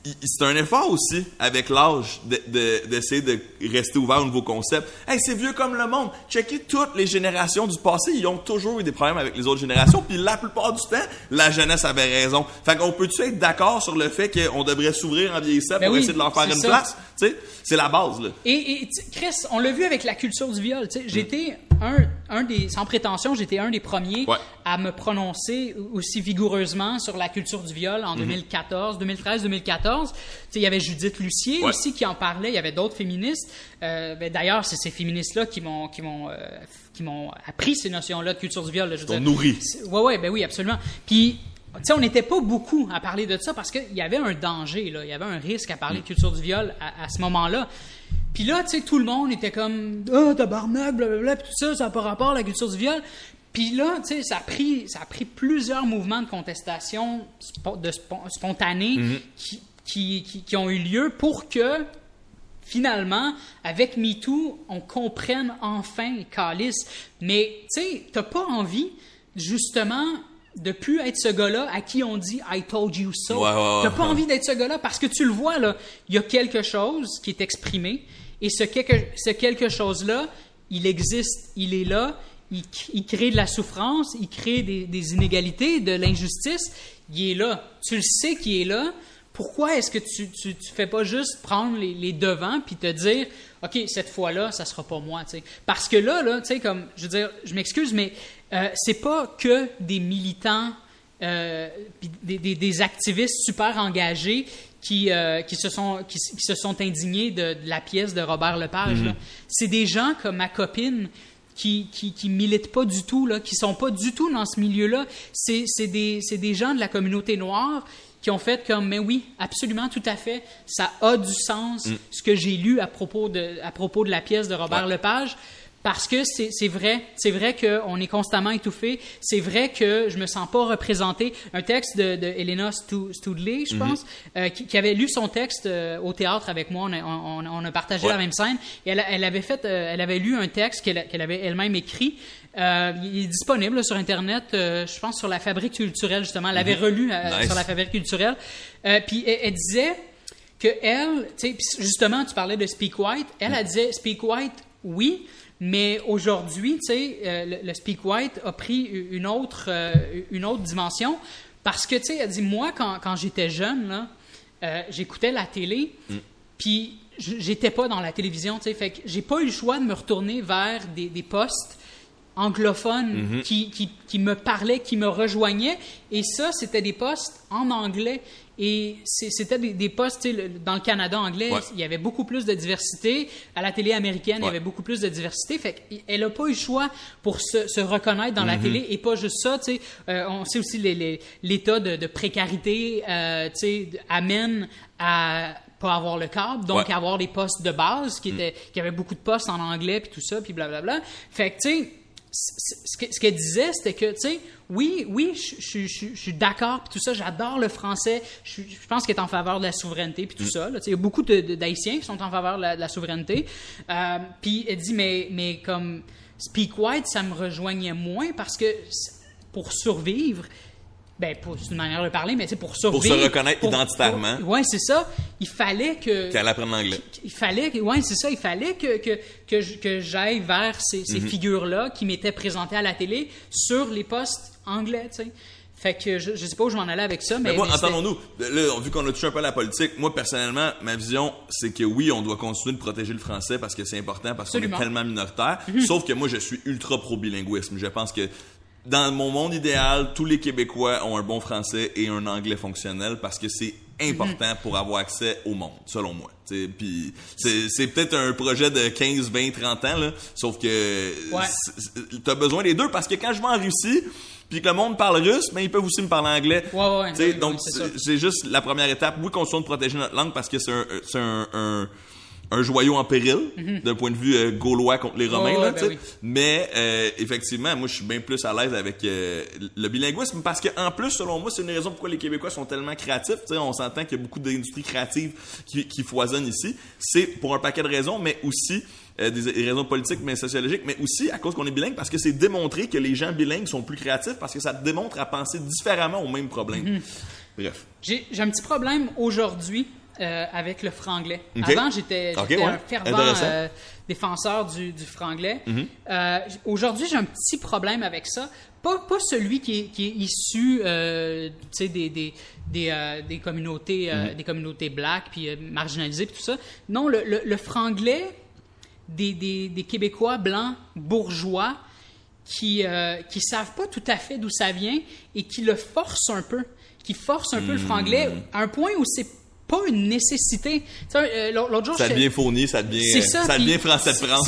c'est un effort aussi, avec l'âge, d'essayer de rester ouvert au nouveau concept. Hey, c'est vieux comme le monde. Checkez toutes les générations du passé. Ils ont toujours eu des problèmes avec les autres générations. Puis la plupart du temps, la jeunesse avait raison. Fait qu'on peut-tu être d'accord sur le fait qu'on devrait s'ouvrir en vieillissant pour essayer de leur faire une place? Tu sais, c'est la base, là. Et Chris, on l'a vu avec la culture du viol. Tu sais, j'étais sans prétention, j'étais un des premiers à me prononcer aussi vigoureusement sur la culture du viol en 2013, 2014. Tu sais, il y avait Judith Lucier aussi qui en parlait. Il y avait d'autres féministes. D'ailleurs, c'est ces féministes-là qui m'ont appris ces notions-là de culture du viol. Là, je veux dire. Nourri. Oui, absolument. Puis, tu sais, on n'était pas beaucoup à parler de ça parce qu'il y avait un danger, là. Il y avait un risque à parler de culture du viol à ce moment-là. Puis là, tu sais, tout le monde était comme « Ah, tabarnak, blablabla, puis tout ça, ça n'a pas rapport à la culture du viol. » Puis là, tu sais, ça a pris plusieurs mouvements de contestation spontanés qui ont eu lieu pour que, finalement, avec MeToo, on comprenne enfin Calice. Mais, tu sais, t'as pas envie, justement, de plus être ce gars-là à qui on dit « I told you so ». T'as pas envie d'être ce gars-là parce que tu le vois, là, il y a quelque chose qui est exprimé et ce quelque chose-là, il existe, il est là, il crée de la souffrance, il crée des inégalités, de l'injustice, il est là. Tu le sais qu'il est là. Pourquoi est-ce que tu fais pas juste prendre les devants puis te dire « OK, cette fois-là, ça sera pas moi », tu sais. Parce que là, tu sais, comme, je veux dire, je m'excuse, mais c'est pas que des militants, des activistes super engagés qui se sont indignés de la pièce de Robert Lepage. Là. C'est des gens comme ma copine qui militent pas du tout, là, qui sont pas du tout dans ce milieu-là. C'est des gens de la communauté noire qui ont fait comme, mais oui, absolument, tout à fait, ça a du sens, ce que j'ai lu à propos de la pièce de Robert Lepage, parce que c'est vrai qu'on est constamment étouffé, c'est vrai que je me sens pas représenté. Un texte de Elena Studley, je pense, qui avait lu son texte au théâtre avec moi, on a partagé la même scène, et elle avait lu un texte qu'elle avait elle-même écrit. Il est disponible là, sur Internet, je pense sur la Fabrique culturelle, justement. Elle avait relu sur la Fabrique culturelle. Puis elle disait que elle, tu sais, justement, tu parlais de Speak White. Elle disait Speak White, oui, mais aujourd'hui, tu sais, le Speak White a pris une autre dimension parce que, tu sais, elle dit, moi, quand j'étais jeune, là, j'écoutais la télé, puis j'étais pas dans la télévision, tu sais, fait que j'ai pas eu le choix de me retourner vers des postes anglophones qui me parlaient, qui me rejoignaient. Et ça, c'était des postes en anglais. Et c'était des postes, tu sais, dans le Canada anglais, il y avait beaucoup plus de diversité. À la télé américaine, il y avait beaucoup plus de diversité. Fait qu'elle n'a pas eu le choix pour se reconnaître dans la télé. Et pas juste ça, tu sais. On sait aussi l'état de précarité, tu sais, amène à pas avoir le câble, donc avoir des postes de base qui avaient beaucoup de postes en anglais puis tout ça, puis blablabla. Fait que, tu sais, ce qu'elle disait, c'était que, tu sais, oui, je suis d'accord, puis tout ça, j'adore le français, je pense qu'elle est en faveur de la souveraineté, puis tout ça. Là, il y a beaucoup d'Haïtiens qui sont en faveur de la souveraineté. Puis elle dit, mais comme Speak White, ça me rejoignait moins parce que pour survivre, ben, c'est une manière de parler, mais c'est pour survivre. Pour se reconnaître identitairement. Oui, c'est ça. Il fallait que... Qu'elle apprenne l'anglais. Oui, c'est ça. Il fallait que j'aille vers ces figures-là qui m'étaient présentées à la télé sur les postes anglais, tu sais. Fait que je sais pas où je m'en allais avec ça, mais moi, entendons-nous. Là, vu qu'on a touché un peu à la politique, moi, personnellement, ma vision, c'est que oui, on doit continuer de protéger le français parce que c'est important, parce qu'on est tellement minoritaire. Sauf que moi, je suis ultra pro-bilinguisme. Je pense que dans mon monde idéal, tous les Québécois ont un bon français et un anglais fonctionnel parce que c'est important pour avoir accès au monde, selon moi. Puis c'est peut-être un projet de 15, 20, 30 ans, là, sauf que t'as besoin des deux parce que quand je vais en Russie, puis que le monde parle russe, mais ils peuvent aussi me parler anglais. Donc, c'est juste la première étape. Oui, qu'on soit de protéger notre langue parce que c'est un joyau en péril, d'un point de vue gaulois contre les Romains. Mais effectivement, moi, je suis bien plus à l'aise avec le bilinguisme parce qu'en plus, selon moi, c'est une raison pourquoi les Québécois sont tellement créatifs. T'sais, on s'entend qu'il y a beaucoup d'industries créatives qui foisonnent ici. C'est pour un paquet de raisons, mais aussi des raisons politiques, mais sociologiques, mais aussi à cause qu'on est bilingue, parce que c'est démontré que les gens bilingues sont plus créatifs parce que ça te démontre à penser différemment aux mêmes problèmes. Bref. J'ai un petit problème aujourd'hui avec le franglais. Okay. Avant, j'étais un fervent défenseur du franglais. Aujourd'hui, j'ai un petit problème avec ça. Pas celui qui est issu des communautés des communautés black puis marginalisées puis tout ça. Non, le franglais des Québécois blancs bourgeois qui savent pas tout à fait d'où ça vient et qui le forcent un peu, le franglais à un point où c'est pas une nécessité. L'autre jour, ça devient fourni, ça devient français de France.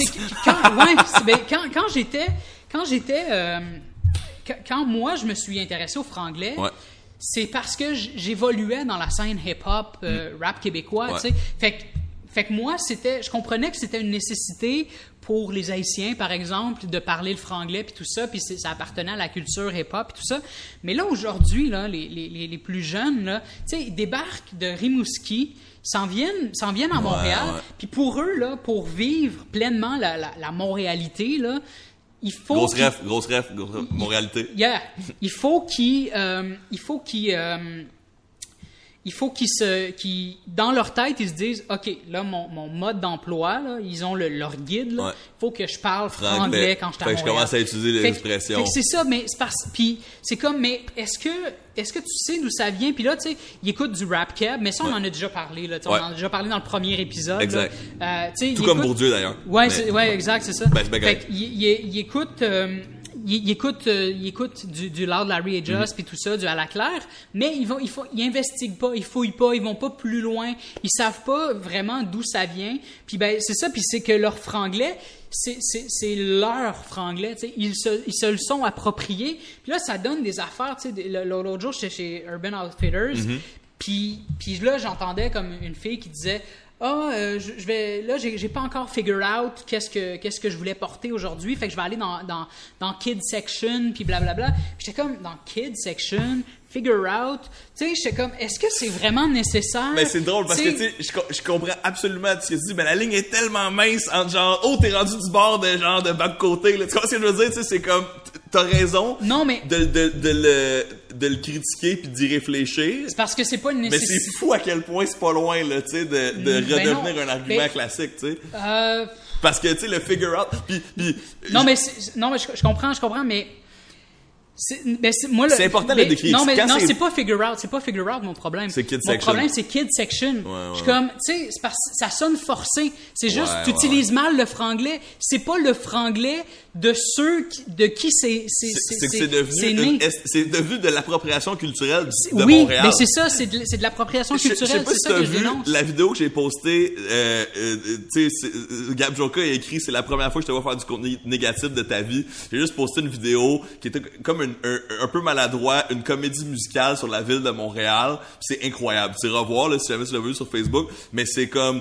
Quand moi je me suis intéressé au franglais, c'est parce que j'évoluais dans la scène hip-hop, rap québécois, tu sais. Fait que moi, je comprenais que c'était une nécessité pour les Haïtiens, par exemple, de parler le franglais puis tout ça, puis ça appartenait à la culture hip-hop puis tout ça. Mais là, aujourd'hui, là, les plus jeunes, là, tu sais, ils débarquent de Rimouski, s'en viennent à Montréal, puis pour eux, là, pour vivre pleinement la montréalité, là, il faut... Grosse ref, Montréalité. Il faut qu'ils dans leur tête, ils se disent, OK, là, mon mode d'emploi, là, ils ont leur guide, là. Il faut que je parle franglais quand je suis à Montréal. Je commence à utiliser l'expression. Fait que c'est ça, mais c'est parce... Puis c'est comme, mais est-ce que tu sais d'où ça vient? Puis là, tu sais, ils écoutent du rap keb, mais ça, on en a déjà parlé, là. On en a déjà parlé dans le premier épisode. Exact. Tout comme Bourdieu, d'ailleurs. Ouais, exact, c'est ça. Fait qu'ils écoutent... Il écoute du Loud Larry et Just puis tout ça, du À la Claire, mais ils investiguent pas, ils fouillent pas, ils vont pas plus loin, ils savent pas vraiment d'où ça vient. Puis ben c'est ça, puis c'est que leur franglais, c'est leur franglais, tu sais, ils se le sont appropriés. Puis là ça donne des affaires, tu sais. L'autre jour j'étais chez Urban Outfitters, puis là j'entendais comme une fille qui disait j'ai pas encore figure out qu'est-ce que je voulais porter aujourd'hui, fait que je vais aller dans Kid Section puis blablabla. Puis j'étais comme dans Kid Section, figure out, tu sais, j'étais comme est-ce que c'est vraiment nécessaire? Mais c'est drôle parce que tu sais je comprends absolument ce que tu dis, mais la ligne est tellement mince entre genre t'es rendu du bord de back côté là. Tu vois ce que je veux dire, tu sais, c'est comme t'as raison. Non mais de le critiquer puis d'y réfléchir. C'est parce que c'est pas une nécessité. Mais c'est fou à quel point c'est pas loin là, tu sais, de redevenir un argument classique, tu sais. Parce que tu sais le figure out puis Non mais je comprends mais c'est important de le décrire. Non, c'est pas figure out mon problème. C'est Kid Section. Mon problème, c'est Kid Section. Je suis comme, tu sais, c'est parce que ça sonne forcé. C'est juste, tu utilises mal le franglais. C'est pas le franglais de ceux de qui c'est né. C'est devenu de l'appropriation culturelle de Montréal. Oui, mais c'est ça, c'est de l'appropriation culturelle. Je sais pas si t'as vu la vidéo que j'ai postée. Tu sais, Gab Joka a écrit, c'est la première fois que je te vois faire du contenu négatif de ta vie. J'ai juste posté une vidéo qui était comme un peu maladroit, une comédie musicale sur la ville de Montréal. Puis c'est incroyable. Tu iras voir là, si jamais tu l'as vu sur Facebook. Mais c'est comme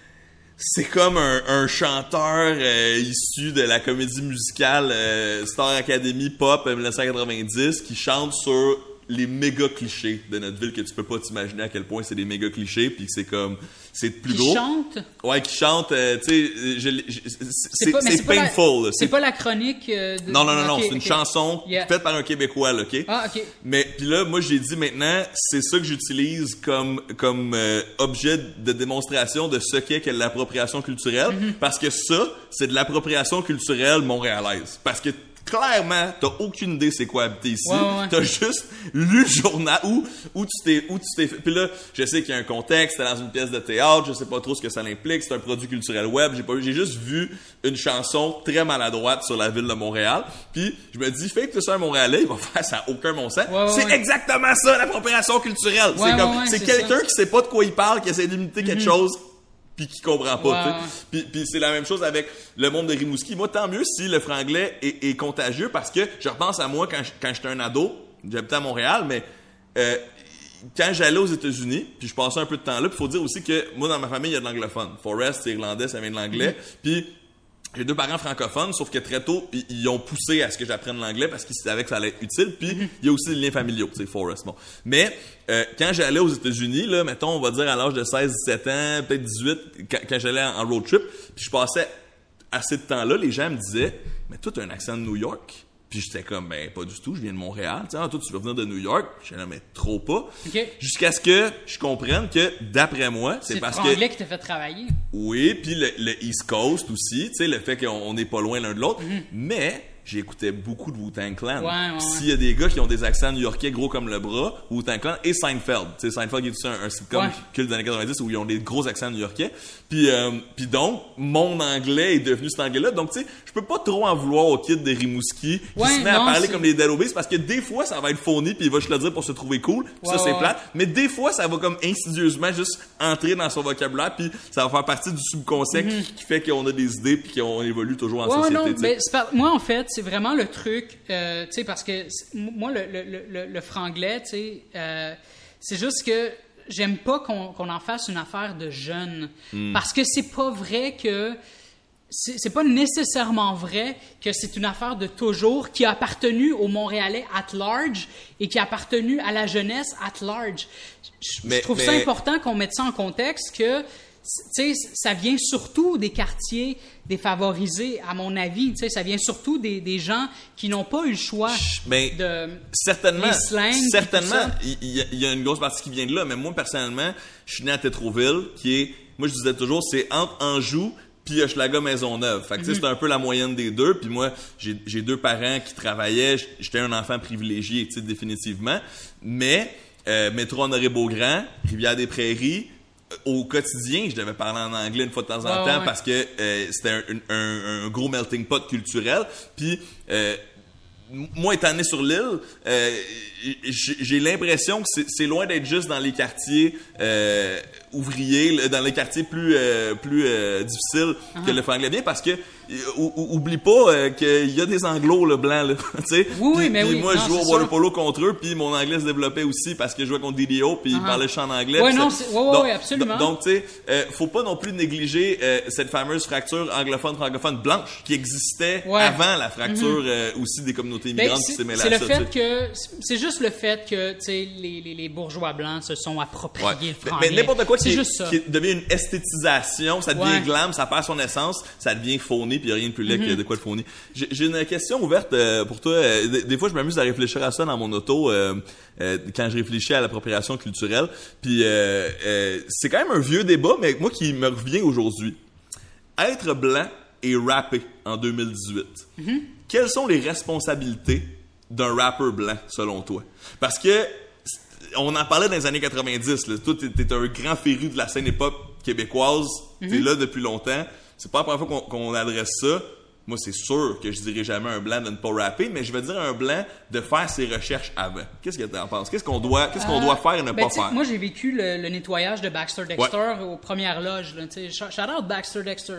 un chanteur issu de la comédie musicale Star Academy Pop 1990 qui chante sur les méga clichés de notre ville que tu peux pas t'imaginer à quel point c'est des méga clichés puis c'est comme c'est plus gros. Qui chante? Ouais, qui chante, tu sais, c'est painful. C'est pas la chronique de... Non, c'est une chanson faite par un Québécois, là, OK? Ah, OK. Mais puis là, moi j'ai dit maintenant, c'est ça que j'utilise comme objet de démonstration de ce qu'est l'appropriation culturelle parce que ça, c'est de l'appropriation culturelle montréalaise. Parce que clairement, t'as aucune idée c'est quoi habiter ici. Ouais. T'as juste lu le journal où tu t'es fait. Puis là, je sais qu'il y a un contexte, t'es dans une pièce de théâtre, je sais pas trop ce que ça implique, c'est un produit culturel web, j'ai juste vu une chanson très maladroite sur la ville de Montréal. Puis je me dis, fait que ça un Montréalais, il va faire ça n'a aucun bon sens. C'est exactement ça l'appropriation culturelle. C'est quelqu'un qui sait pas de quoi il parle, qui essaie d'imiter quelque chose puis qui comprend pas. Puis c'est la même chose avec le monde de Rimouski. Moi, tant mieux si le franglais est contagieux parce que je repense à moi quand j'étais un ado, j'habitais à Montréal, mais quand j'allais aux États-Unis, puis je passais un peu de temps là, puis faut dire aussi que moi, dans ma famille, il y a de l'anglophone. Forrest, c'est irlandais, ça vient de l'anglais. Puis j'ai 2 parents francophones, sauf que très tôt, ils ont poussé à ce que j'apprenne l'anglais parce qu'ils savaient que ça allait être utile. Puis il y a aussi les liens familiaux, tu sais, Forrest. Bon. Mais quand j'allais aux États-Unis, là, mettons, on va dire à l'âge de 16, 17 ans, peut-être 18, quand j'allais en road trip, puis je passais assez de temps là, les gens me disaient « Mais toi, t'as un accent de New York. » Puis j'étais comme, ben, pas du tout, je viens de Montréal. Tu sais, toi, tu veux venir de New York. J'étais là, mais trop pas. OK. Jusqu'à ce que je comprenne que, d'après moi, c'est parce que... C'est le franglais qui t'a fait travailler. Oui, puis le East Coast aussi, tu sais, le fait qu'on n'est pas loin l'un de l'autre. Mais j'écoutais beaucoup de Wu-Tang Clan. Ouais. S'il y a des gars qui ont des accents new-yorkais gros comme le bras, Wu-Tang Clan et Seinfeld. Tu sais, Seinfeld qui est aussi un sitcom culte des années 90 où ils ont des gros accents new-yorkais. Puis donc, mon anglais est devenu cet anglais-là. Donc, tu sais, je peux pas trop en vouloir au kid de Rimouski qui se met à parler comme les Dead Obeys parce que des fois, ça va être phony puis il va juste le dire pour se trouver cool. Ça, c'est plate. Mais des fois, ça va comme insidieusement juste entrer dans son vocabulaire puis ça va faire partie du subconscient qui fait qu'on a des idées puis qu'on évolue toujours en société. Non, mais moi, en fait, c'est vraiment le truc, tu sais, parce que moi, le franglais, tu sais, c'est juste que j'aime pas qu'on en fasse une affaire de jeunes. Parce que c'est pas vrai que... C'est pas nécessairement vrai que c'est une affaire de toujours qui a appartenu aux Montréalais at large et qui a appartenu à la jeunesse at large. Je trouve ça important qu'on mette ça en contexte que... Tu sais, ça vient surtout des quartiers défavorisés, à mon avis. Tu sais, ça vient surtout des gens qui n'ont pas eu le choix de... Certainement, les slangs, il y a une grosse partie qui vient de là. Mais moi, personnellement, je suis né à Tétroville, qui est... Moi, je disais toujours, c'est entre Anjou puis Hochelaga Maisonneuve. Fait que, tu sais, c'est un peu la moyenne des deux. Puis moi, j'ai deux parents qui travaillaient. J'étais un enfant privilégié, tu sais, définitivement. Mais métro Honoré-Beaugrand, Rivière-des-Prairies... Au quotidien, je devais parler en anglais une fois de temps en temps parce que c'était un gros melting pot culturel. Puis, moi, étant né sur l'île, j'ai l'impression que c'est loin d'être juste dans les quartiers ouvriers, dans les quartiers plus difficiles que le franglais vient parce que oublie pas qu'il y a des anglos le blanc là, tu sais. Oui, mais moi je jouais au water polo contre eux, puis mon anglais se développait aussi parce que je jouais contre DDO, puis ils parlaient chant en anglais. Oui, absolument. Donc tu sais, faut pas non plus négliger cette fameuse fracture anglophone francophone blanche qui existait avant la fracture aussi des communautés immigrantes qui s'est mêlée à ça. C'est juste le fait que tu sais les bourgeois blancs se sont appropriés le franglais. Mais n'importe quoi qui juste devient une esthétisation, ça devient glam, ça perd son essence, ça devient phony, puis il n'y a rien de plus laid que de quoi de phony. J'ai une question ouverte pour toi. Des fois, je m'amuse à réfléchir à ça dans mon auto quand je réfléchis à l'appropriation culturelle. Puis c'est quand même un vieux débat, mais moi qui me revient aujourd'hui. Être blanc et rapper en 2018. Quelles sont les responsabilités d'un rappeur blanc, selon toi? Parce que on en parlait dans les années 90. Là. Toi, t'es un grand féru de la scène hip-hop québécoise. T'es là depuis longtemps. C'est pas la première fois qu'on adresse ça. Moi, c'est sûr que je dirais jamais à un blanc de ne pas rapper, mais je vais dire à un blanc de faire ses recherches avant. Qu'est-ce que tu en penses? Qu'est-ce qu'on doit faire et ne pas faire? Moi, j'ai vécu le nettoyage de Baxter Dexter aux premières loges. Shout out Baxter Dexter.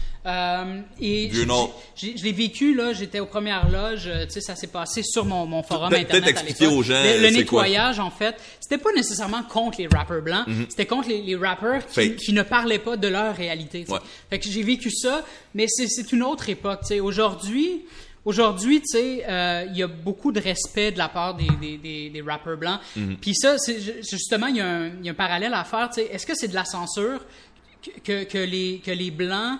Et je l'ai vécu, là, j'étais aux premières loges, tu sais, ça s'est passé sur mon forum internet. Peut-être expliquer aux gens le nettoyage, en fait, c'était pas nécessairement contre les rappers blancs, c'était contre les rappers qui ne parlaient pas de leur réalité. Fait que j'ai vécu ça, mais c'est une autre époque, tu sais. Aujourd'hui, tu sais, il y a beaucoup de respect de la part des rappers blancs. Puis ça, justement, il y a un parallèle à faire, tu sais. Est-ce que c'est de la censure que les blancs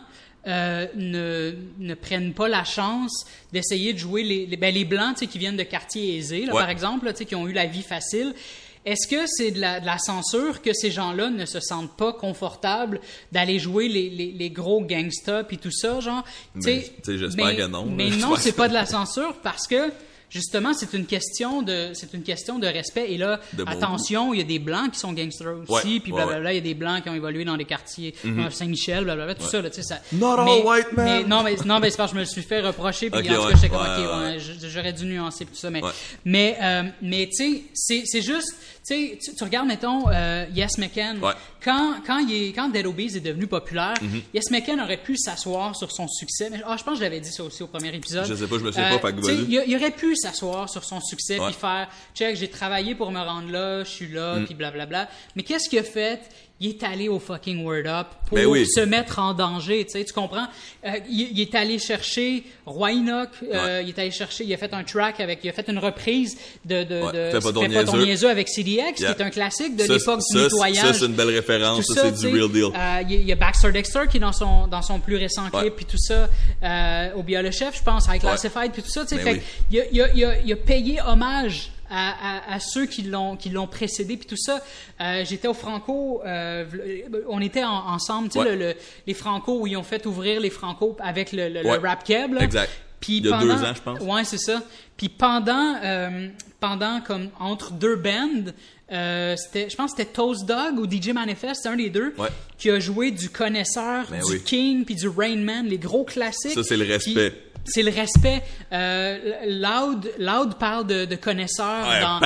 ne prennent pas la chance d'essayer de jouer les blancs, tu sais, qui viennent de quartiers aisés, là, par exemple, là, tu sais, qui ont eu la vie facile. Est-ce que c'est de la censure que ces gens-là ne se sentent pas confortables d'aller jouer les gros gangsters puis tout ça, genre? J'espère que non. Mais non, c'est pas de la censure parce que justement, c'est une question de respect. Et là, attention, il y a des Blancs qui sont gangsters aussi, puis blablabla, il y a des Blancs qui ont évolué dans des quartiers, Saint-Michel, blablabla, tout ça, là, tu sais, ça. Not all white men! Non, mais c'est parce que je me suis fait reprocher, puis en tout cas, j'étais comme, j'aurais dû nuancer tout ça, mais tu sais, c'est juste, tu sais, tu regardes, mettons, Yes McCann. Quand Dead Obeys est devenu populaire, Yes McCann aurait pu s'asseoir sur son succès. Mais, je pense que je l'avais dit ça aussi au premier épisode. Je sais pas, je me souviens pas, il aurait pu s'asseoir sur son succès puis faire check, j'ai travaillé pour me rendre là, je suis là, puis blablabla. Mais qu'est-ce qu'il a fait? il est allé au fucking Word Up pour se mettre en danger, tu comprends? Il est allé chercher Roy Enoch, il a fait un track il a fait une reprise de Fais pas ton niaiseux avec CDX, qui est un classique de l'époque du nettoyage. Ça, c'est une belle référence, ça, c'est du real deal. Il y a Baxter Dexter qui est dans son plus récent clip, puis tout ça, Obia le chef, je pense, High Classified, puis tout ça, tu sais, fait il a payé hommage à ceux qui l'ont précédé puis tout ça. J'étais au Franco, on était ensemble, tu sais, les Franco où ils ont fait ouvrir les Franco avec le Rap Keb là. Exact. Puis il y a 2 ans, je pense. Ouais, c'est ça. Puis pendant comme entre deux bands, je pense que c'était Toast Dog ou DJ Manifest, c'est un des deux, qui a joué du Connaisseur, du King puis du Rain Man, les gros classiques. Ça, c'est le respect. C'est le respect. Loud parle de Connaisseur.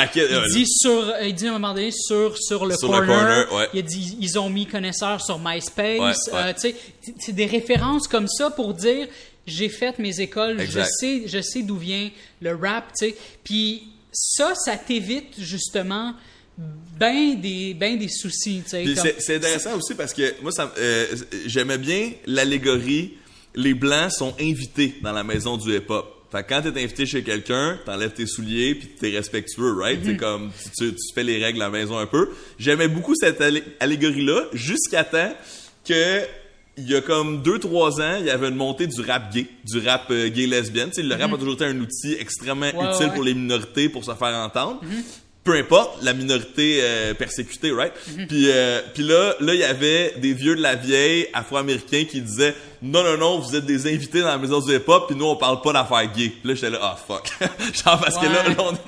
Il dit à un moment donné sur le corner. Il a dit ils ont mis Connaisseur sur MySpace. Tu sais, c'est des références comme ça pour dire j'ai fait mes écoles, je sais d'où vient le rap. Tu sais, puis ça t'évite justement ben des soucis. Tu sais. C'est intéressant aussi parce que moi j'aimais bien l'allégorie. Les Blancs sont invités dans la maison du hip-hop. Fait que quand t'es invité chez quelqu'un, t'enlèves tes souliers puis t'es respectueux, right? C'est comme, tu fais les règles à la maison un peu. J'aimais beaucoup cette allégorie-là jusqu'à temps que il y a comme 2-3 ans, il y avait une montée du rap gay, du rap gay-lesbienne. Le rap a toujours été un outil extrêmement utile pour les minorités pour se faire entendre. Peu importe, la minorité persécutée, right? Puis là, il y avait des vieux de la vieille afro-américains qui disaient non, vous êtes des invités dans la maison du hip-hop, puis nous, on parle pas d'affaires gay. Puis là, j'étais là, fuck. Genre, parce que là,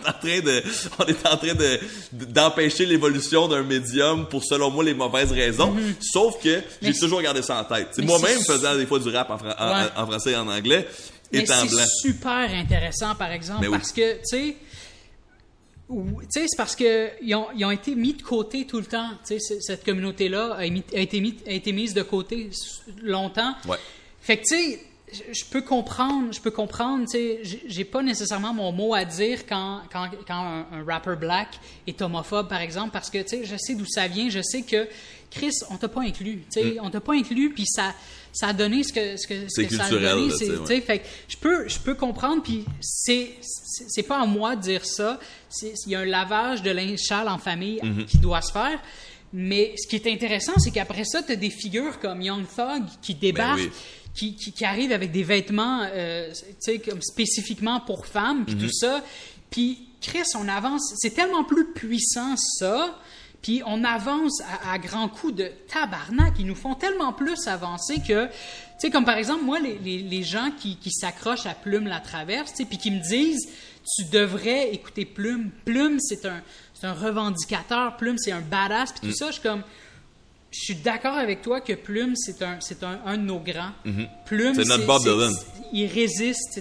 on est en train d'empêcher l'évolution d'un médium pour, selon moi, les mauvaises raisons. Sauf que j'ai toujours gardé ça en tête. Moi-même, faisant des fois du rap en français et en anglais, étant blanc. C'est super intéressant, par exemple, parce que, tu sais, c'est parce que ils ont été mis de côté tout le temps. Tu sais, cette communauté-là a été mise de côté longtemps. Fait que, tu sais, je peux comprendre, tu sais, j'ai pas nécessairement mon mot à dire quand un rapper black est homophobe, par exemple, parce que, tu sais, je sais d'où ça vient, je sais que, Chris, on t'a pas inclus, tu sais, on t'a pas inclus, puis ça a donné ce que ça a donné, tu sais, fait que je peux comprendre, puis c'est pas à moi de dire ça, il y a un lavage de linge sale en famille qui doit se faire. Mais ce qui est intéressant, c'est qu'après ça, tu as des figures comme Young Thug qui débarquent, qui arrivent avec des vêtements comme spécifiquement pour femmes, puis tout ça. Puis, Chris, on avance. C'est tellement plus puissant, ça. Puis, on avance à grands coups de tabarnak. Ils nous font tellement plus avancer que... Tu sais, comme par exemple, moi, les gens qui s'accrochent à Plume la Traverse, puis qui me disent « Tu devrais écouter Plume. Plume, c'est un revendicateur. Plume, c'est un badass. » Puis tout ça, je suis d'accord avec toi que Plume, c'est un de nos grands. Plume, c'est notre Bob Dylan. Il résiste.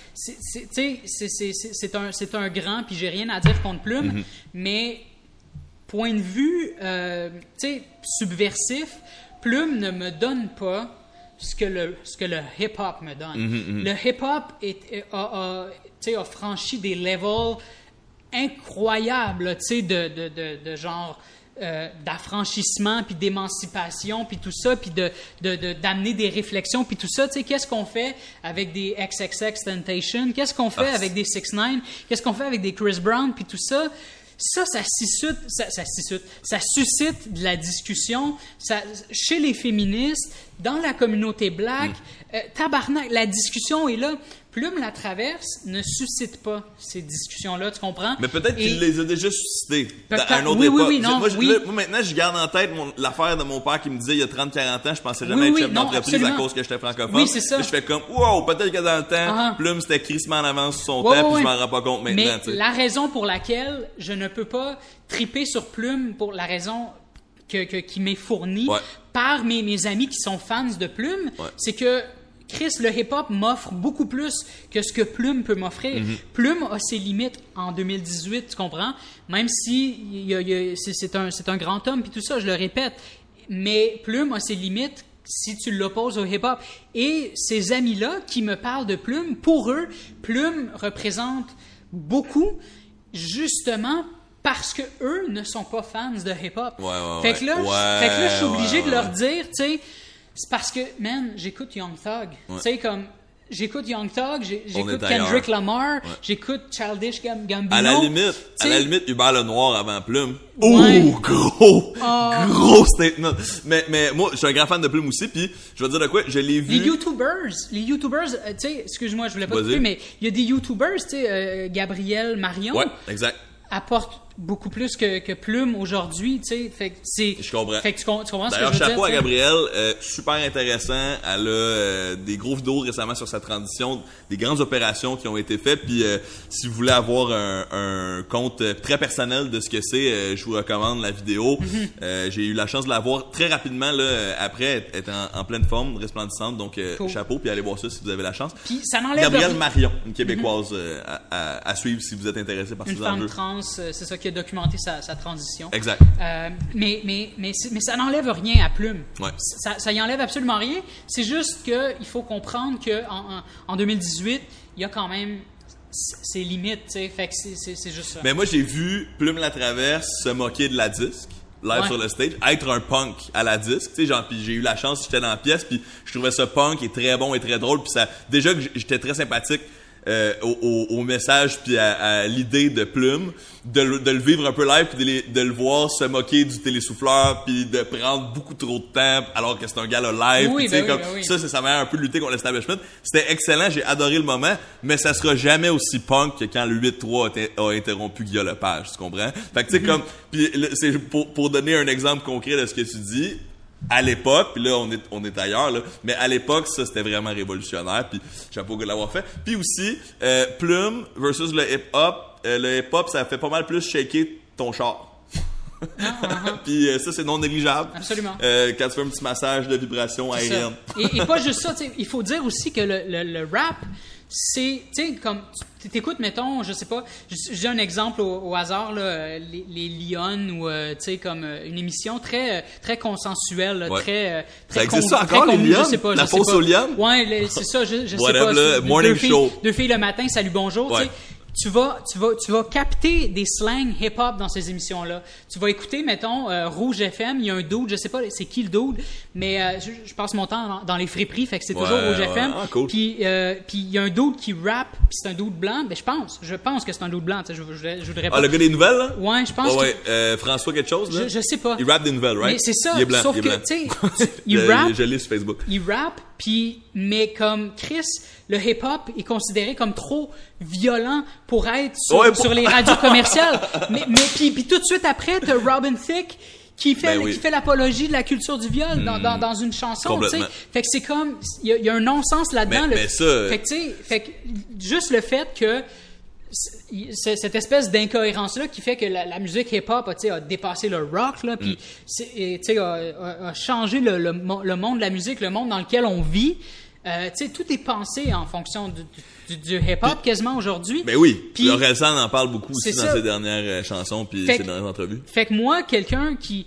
C'est un grand, puis j'ai rien à dire contre Plume. Mais, point de vue subversif, Plume ne me donne pas ce que le hip-hop me donne. Le hip-hop a franchi des levels incroyables, de genre d'affranchissement puis d'émancipation puis tout ça, puis d'amener des réflexions puis tout ça. Tu sais, qu'est-ce qu'on fait avec des XXXTentacion, qu'est-ce qu'on fait avec des 6ix9ine, qu'est-ce qu'on fait avec des Chris Brown puis tout ça. Ça suscite de la discussion chez les féministes, dans la communauté black. Tabarnak, la discussion est là. Plume la Traverse ne suscite pas ces discussions-là, tu comprends? Mais peut-être qu'il les a déjà suscitées à une autre époque. Moi, maintenant, je garde en tête l'affaire de mon père qui me disait il y a 30-40 ans, je pensais jamais être chef d'entreprise à cause que j'étais francophone. Oui, c'est ça. Je fais comme, wow, peut-être que dans le temps, Plume, c'était crissement en avance sur son temps, puis je m'en rends pas compte maintenant. Mais la raison pour laquelle je ne peux pas triper sur Plume, pour la raison qui m'est fournie par mes amis qui sont fans de Plume, c'est que Chris, le hip-hop m'offre beaucoup plus que ce que Plume peut m'offrir. Plume a ses limites en 2018, tu comprends? Même si c'est un grand homme, puis tout ça, je le répète. Mais Plume a ses limites si tu l'opposes au hip-hop. Et ces amis-là qui me parlent de Plume, pour eux, Plume représente beaucoup, justement, parce que eux ne sont pas fans de hip-hop. Fait que là, je suis obligé de leur dire, tu sais, c'est parce que, man, j'écoute Young Thug. Tu sais, comme, j'écoute Young Thug, j'écoute Kendrick Lamar, j'écoute Childish Gambino. À la limite, Hubert Lenoir avant Plume. Ouais. Gros statement. Mais moi, je suis un grand fan de Plume aussi, puis je vais te dire de quoi, je l'ai vu. Les YouTubers, tu sais, excuse-moi, je voulais pas te couper, mais il y a des YouTubers, tu sais, Gabriel Marion. Ouais, exact. Apporte beaucoup plus que Plume aujourd'hui, tu sais. Fait que c'est. Je comprends. Fait que tu comprends ce que je veux dire. D'ailleurs, chapeau à Gabrielle, super intéressant. Elle a des gros vidéos récemment sur sa transition, des grandes opérations qui ont été faites. Puis, si vous voulez avoir un compte très personnel de ce que c'est, je vous recommande la vidéo. J'ai eu la chance de la voir très rapidement là, après être en pleine forme, resplendissante. Donc, cool. Chapeau. Puis allez voir ça si vous avez la chance. Puis ça n'enlève Gabrielle Marion, une Québécoise à suivre si vous êtes intéressé par ces enjeux. Une femme trans, c'est ça qui a documenté sa transition. Exact. Mais ça n'enlève rien à Plume. Ouais. Ça y enlève absolument rien. C'est juste qu'il faut comprendre qu'en 2018, il y a quand même ses limites. T'sais. Fait que c'est juste ça. Mais moi, j'ai vu Plume la Traverse se moquer de la disque. Live sur le stage, être un punk à la disque, tu sais, genre, puis j'ai eu la chance, j'étais dans la pièce, puis je trouvais ça punk et très bon et très drôle, puis ça, déjà que j'étais très sympathique au message puis à l'idée de Plume, de le vivre un peu live puis de le voir se moquer du télésouffleur puis de prendre beaucoup trop de temps alors que c'est un gars là live. Oui, tu sais, ça c'est sa manière un peu de lutter contre l'establishment. C'était excellent, j'ai adoré le moment, mais ça sera jamais aussi punk que quand le 8-3 a interrompu Guillaume Lepage, tu comprends? Fait que tu sais comme puis c'est pour donner un exemple concret de ce que tu dis. À l'époque, puis là on est ailleurs là, mais à l'époque ça c'était vraiment révolutionnaire, puis chapeau de l'avoir fait. Puis aussi Plume versus le hip-hop ça fait pas mal plus shaker ton char. Puis ça c'est non négligeable. Absolument. Quand tu fais un petit massage de vibration aérienne. Et pas juste ça, il faut dire aussi que le rap c'est, tu sais, comme tu t'écoutes, mettons, je sais pas, je dis un exemple au hasard, là, les Lyon ou, tu sais, comme une émission très consensuelle, là, très ça existe ça encore, les Lyon? La fausse aux Lyon? Ouais, c'est ça, je sais pas. Là, morning show. Deux filles le matin, salut, bonjour, tu sais. Tu vas capter des slangs hip-hop dans ces émissions-là. Tu vas écouter, mettons, Rouge FM, il y a un dude, je sais pas c'est qui le dude, mais je passe mon temps dans les friperies, fait que c'est toujours Rouge FM. Cool. Puis il y a un dude qui rappe, puis c'est un dude blanc, ben je pense que c'est un dude blanc, tu sais, je voudrais pas. Ah, le gars des nouvelles, là? Ouais, je pense que... François quelque chose, là? Je sais pas. Il rappe des nouvelles, right? Mais c'est ça, il est blanc, sauf que, tu sais, il rappe... Je lis sur Facebook. Il rappe, puis mais comme Chris, le hip-hop est considéré comme trop violent pour être sur les radios commerciales. mais puis tout de suite après, t'as Robin Thicke qui fait l'apologie de la culture du viol dans une chanson, tu sais. Fait que c'est comme il y a un non-sens là-dedans. Mais ça... Fait que tu sais, juste le fait que cette espèce d'incohérence-là qui fait que la musique hip-hop a dépassé le rock, là, puis a changé le monde de la musique, le monde dans lequel on vit. Tout est pensé en fonction du hip-hop quasiment aujourd'hui. Ben oui, puis Orelsan en parle beaucoup aussi dans ses dernières chansons puis ses dernières entrevues. Fait que moi, quelqu'un qui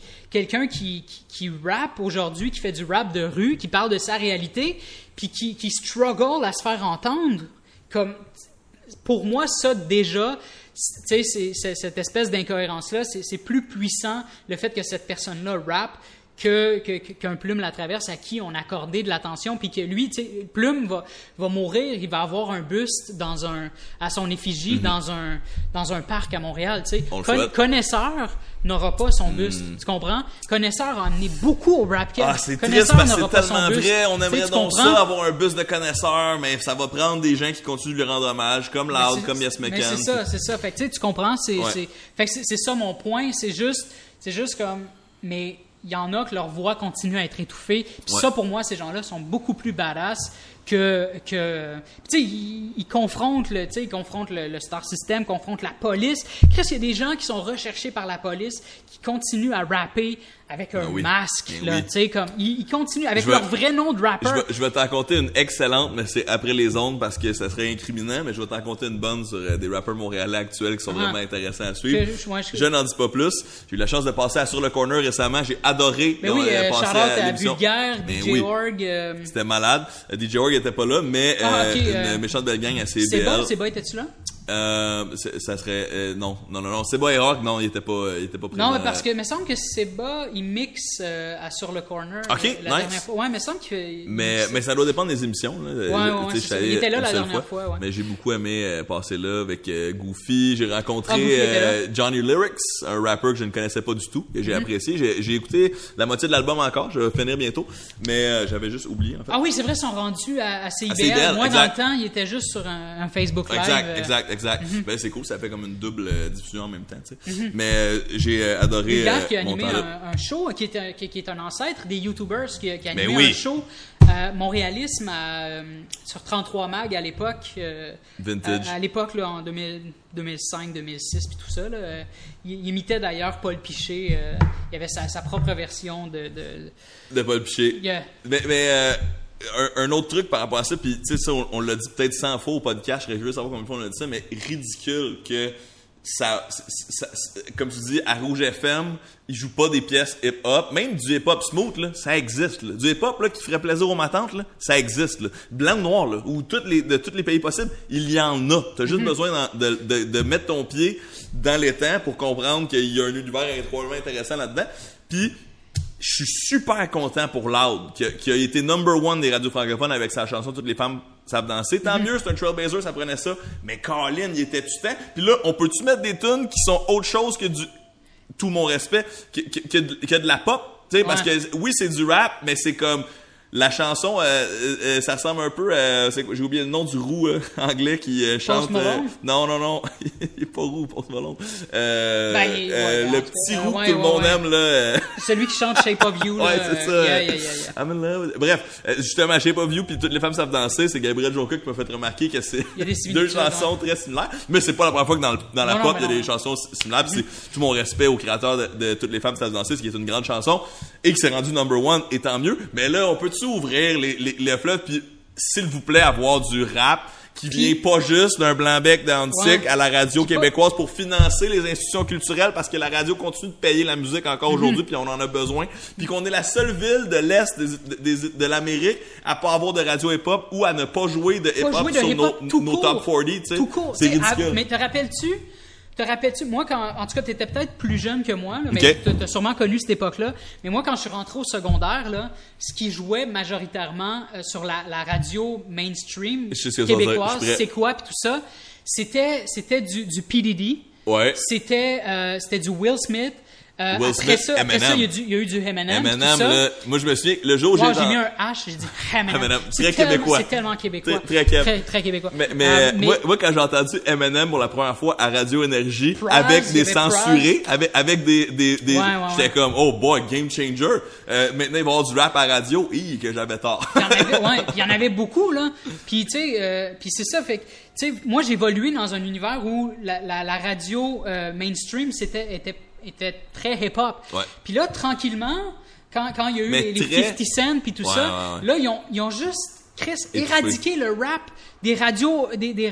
rappe aujourd'hui, qui fait du rap de rue, qui parle de sa réalité, puis qui struggle à se faire entendre, comme... Pour moi, ça, déjà, tu sais, cette espèce d'incohérence-là, c'est plus puissant, le fait que cette personne-là rappe, qu'un Plume la Traverse à qui on a accordé de l'attention, puis que lui, tu sais, Plume va mourir, il va avoir un buste à son effigie dans un parc à Montréal, tu sais. Connaisseur n'aura pas son buste, tu comprends? Connaisseur a amené beaucoup au rap cap. Ah, c'est triste parce que c'est tellement vrai, on aimerait donc ça, avoir un buste de Connaisseur, mais ça va prendre des gens qui continuent de lui rendre hommage, comme Loud, comme Yes McCann. C'est ça. Fait que tu sais, tu comprends, fait que c'est ça mon point, c'est juste comme, mais il y en a que leur voix continue à être étouffée. Puis ça, pour moi, ces gens-là sont beaucoup plus badass que tu sais, ils confrontent le star system, confrontent la police. Chris, il y a des gens qui sont recherchés par la police qui continuent à rapper avec un masque, là, tu sais, comme ils continuent avec leur vrai nom de rappeur. Je vais t'en raconter une excellente, mais c'est après les ondes parce que ça serait incriminant, mais je vais t'en raconter une bonne sur des rappeurs montréalais actuels qui sont vraiment intéressants à suivre. Je n'en dis pas plus. J'ai eu la chance de passer à Sur le Corner récemment, j'ai adoré passer à l'émission. Vulgaire, DJ Org. C'était malade. DJ Org était pas là, mais une méchante belle gang à CBL. C'est bon, étais-tu là? Ça serait non. Seba et Rock, non, il était pas présent. Non, mais parce que il me semble que Seba il mixe sur le corner. Ok, la nice. dernière fois. Ouais, il me semble que. Mais ça doit dépendre des émissions. Là. Ouais, Tu sais, c'est ça. Il était là la dernière fois. Ouais. Mais j'ai beaucoup aimé passer là avec Goofy. J'ai rencontré Goofy était là. Johnny Lyrics, un rappeur que je ne connaissais pas du tout, que j'ai apprécié. J'ai écouté la moitié de l'album encore. Je vais finir bientôt, mais j'avais juste oublié en fait. Ah oui, c'est vrai, ils sont rendus à CIBL. Moi, exact. dans le temps, il était juste sur un Facebook Live. Exact. Ben, c'est cool, ça fait comme une double diffusion en même temps, tu sais. Mais j'ai adoré Gaffe qui a animé un show qui est un ancêtre des YouTubers qui a animé un show Montréalisme sur 33 Mag à l'époque. Vintage. À l'époque, là, en 2005, 2006, puis tout ça. Là, il imitait d'ailleurs Paul Piché. Il avait sa propre version de Paul Piché. Yeah. Mais un autre truc par rapport à ça, puis tu sais, ça, on l'a dit peut-être 100 fois au podcast, je serais curieux de savoir combien de fois on a dit ça, mais ridicule que ça, comme tu dis, à Rouge FM, ils jouent pas des pièces hip-hop, même du hip-hop smooth, là, ça existe, là. Du hip-hop, là, qui ferait plaisir aux matantes, là, ça existe, là. Blanc ou noir, là, ou de tous les pays possibles, il y en a. T'as juste besoin de mettre ton pied dans les temps pour comprendre qu'il y a un univers incroyablement intéressant là-dedans. Puis, je suis super content pour Loud, qui a été number one des radios francophones avec sa chanson Toutes les femmes savent danser. Tant mieux, c'est un trailblazer, ça prenait ça. Mais Colin, il était tout temps. Puis là, on peut-tu mettre des tunes qui sont autre chose que tout mon respect, que de la pop? Tu sais, parce que oui, c'est du rap, mais c'est comme... La chanson, ça ressemble un peu à... J'ai oublié le nom du roux anglais qui chante... Post Malone? Non. Il est pas roux, Post Malone. Le petit roux que tout le monde aime, là... Celui qui chante Shape of You, là. Ouais, c'est ça. Yeah. I'm in love. Bref, justement, Shape of You puis Toutes les femmes savent danser, c'est Gabriel Jonca qui m'a fait remarquer que c'est deux chansons très similaires. Mais c'est pas la première fois que dans la pop, il y a des chansons similaires. Puis c'est tout mon respect au créateur de Toutes les femmes savent danser, ce qui est une grande chanson, et qui s'est rendu number one, et tant mieux. Mais là, on peut-tu ouvrir les fleuves, puis s'il vous plaît, avoir du rap qui vient pas juste d'un blanc-bec d'Antique à la radio québécoise pour financer les institutions culturelles, parce que la radio continue de payer la musique encore aujourd'hui, puis on en a besoin, puis qu'on est la seule ville de l'Est de l'Amérique à pas avoir de radio hip-hop ou à ne pas jouer de hip-hop sur nos top 40, tu sais. C'est ridicule. Mais te rappelles-tu, moi, en tout cas, t'étais peut-être plus jeune que moi, là, mais t'as sûrement connu cette époque-là. Mais moi, quand je suis rentré au secondaire, là, ce qui jouait majoritairement sur la radio mainstream québécoise, c'est quoi, puis tout ça, c'était du PDD. Ouais. C'était du Will Smith. Will après Smith, ça, il y a eu du Eminem. Là, moi, je me souviens, le jour où j'ai mis un H, j'ai dit Eminem. Très québécois. C'est tellement québécois. Très québécois. Mais moi, quand j'ai entendu Eminem pour la première fois à Radio Énergie, Praz, avec des censurés, avec des j'étais comme, oh boy, game changer. Maintenant, il va y avoir du rap à radio. Que j'avais tort. Il y en avait beaucoup, là. Puis, tu sais, puis c'est ça, fait que, tu sais, moi, j'ai évolué dans un univers où la radio mainstream, était très hip-hop. Ouais. Puis là, tranquillement, quand il y a eu les 50 Cent puis tout ça, là, ils ont juste éradiqué le rap des radios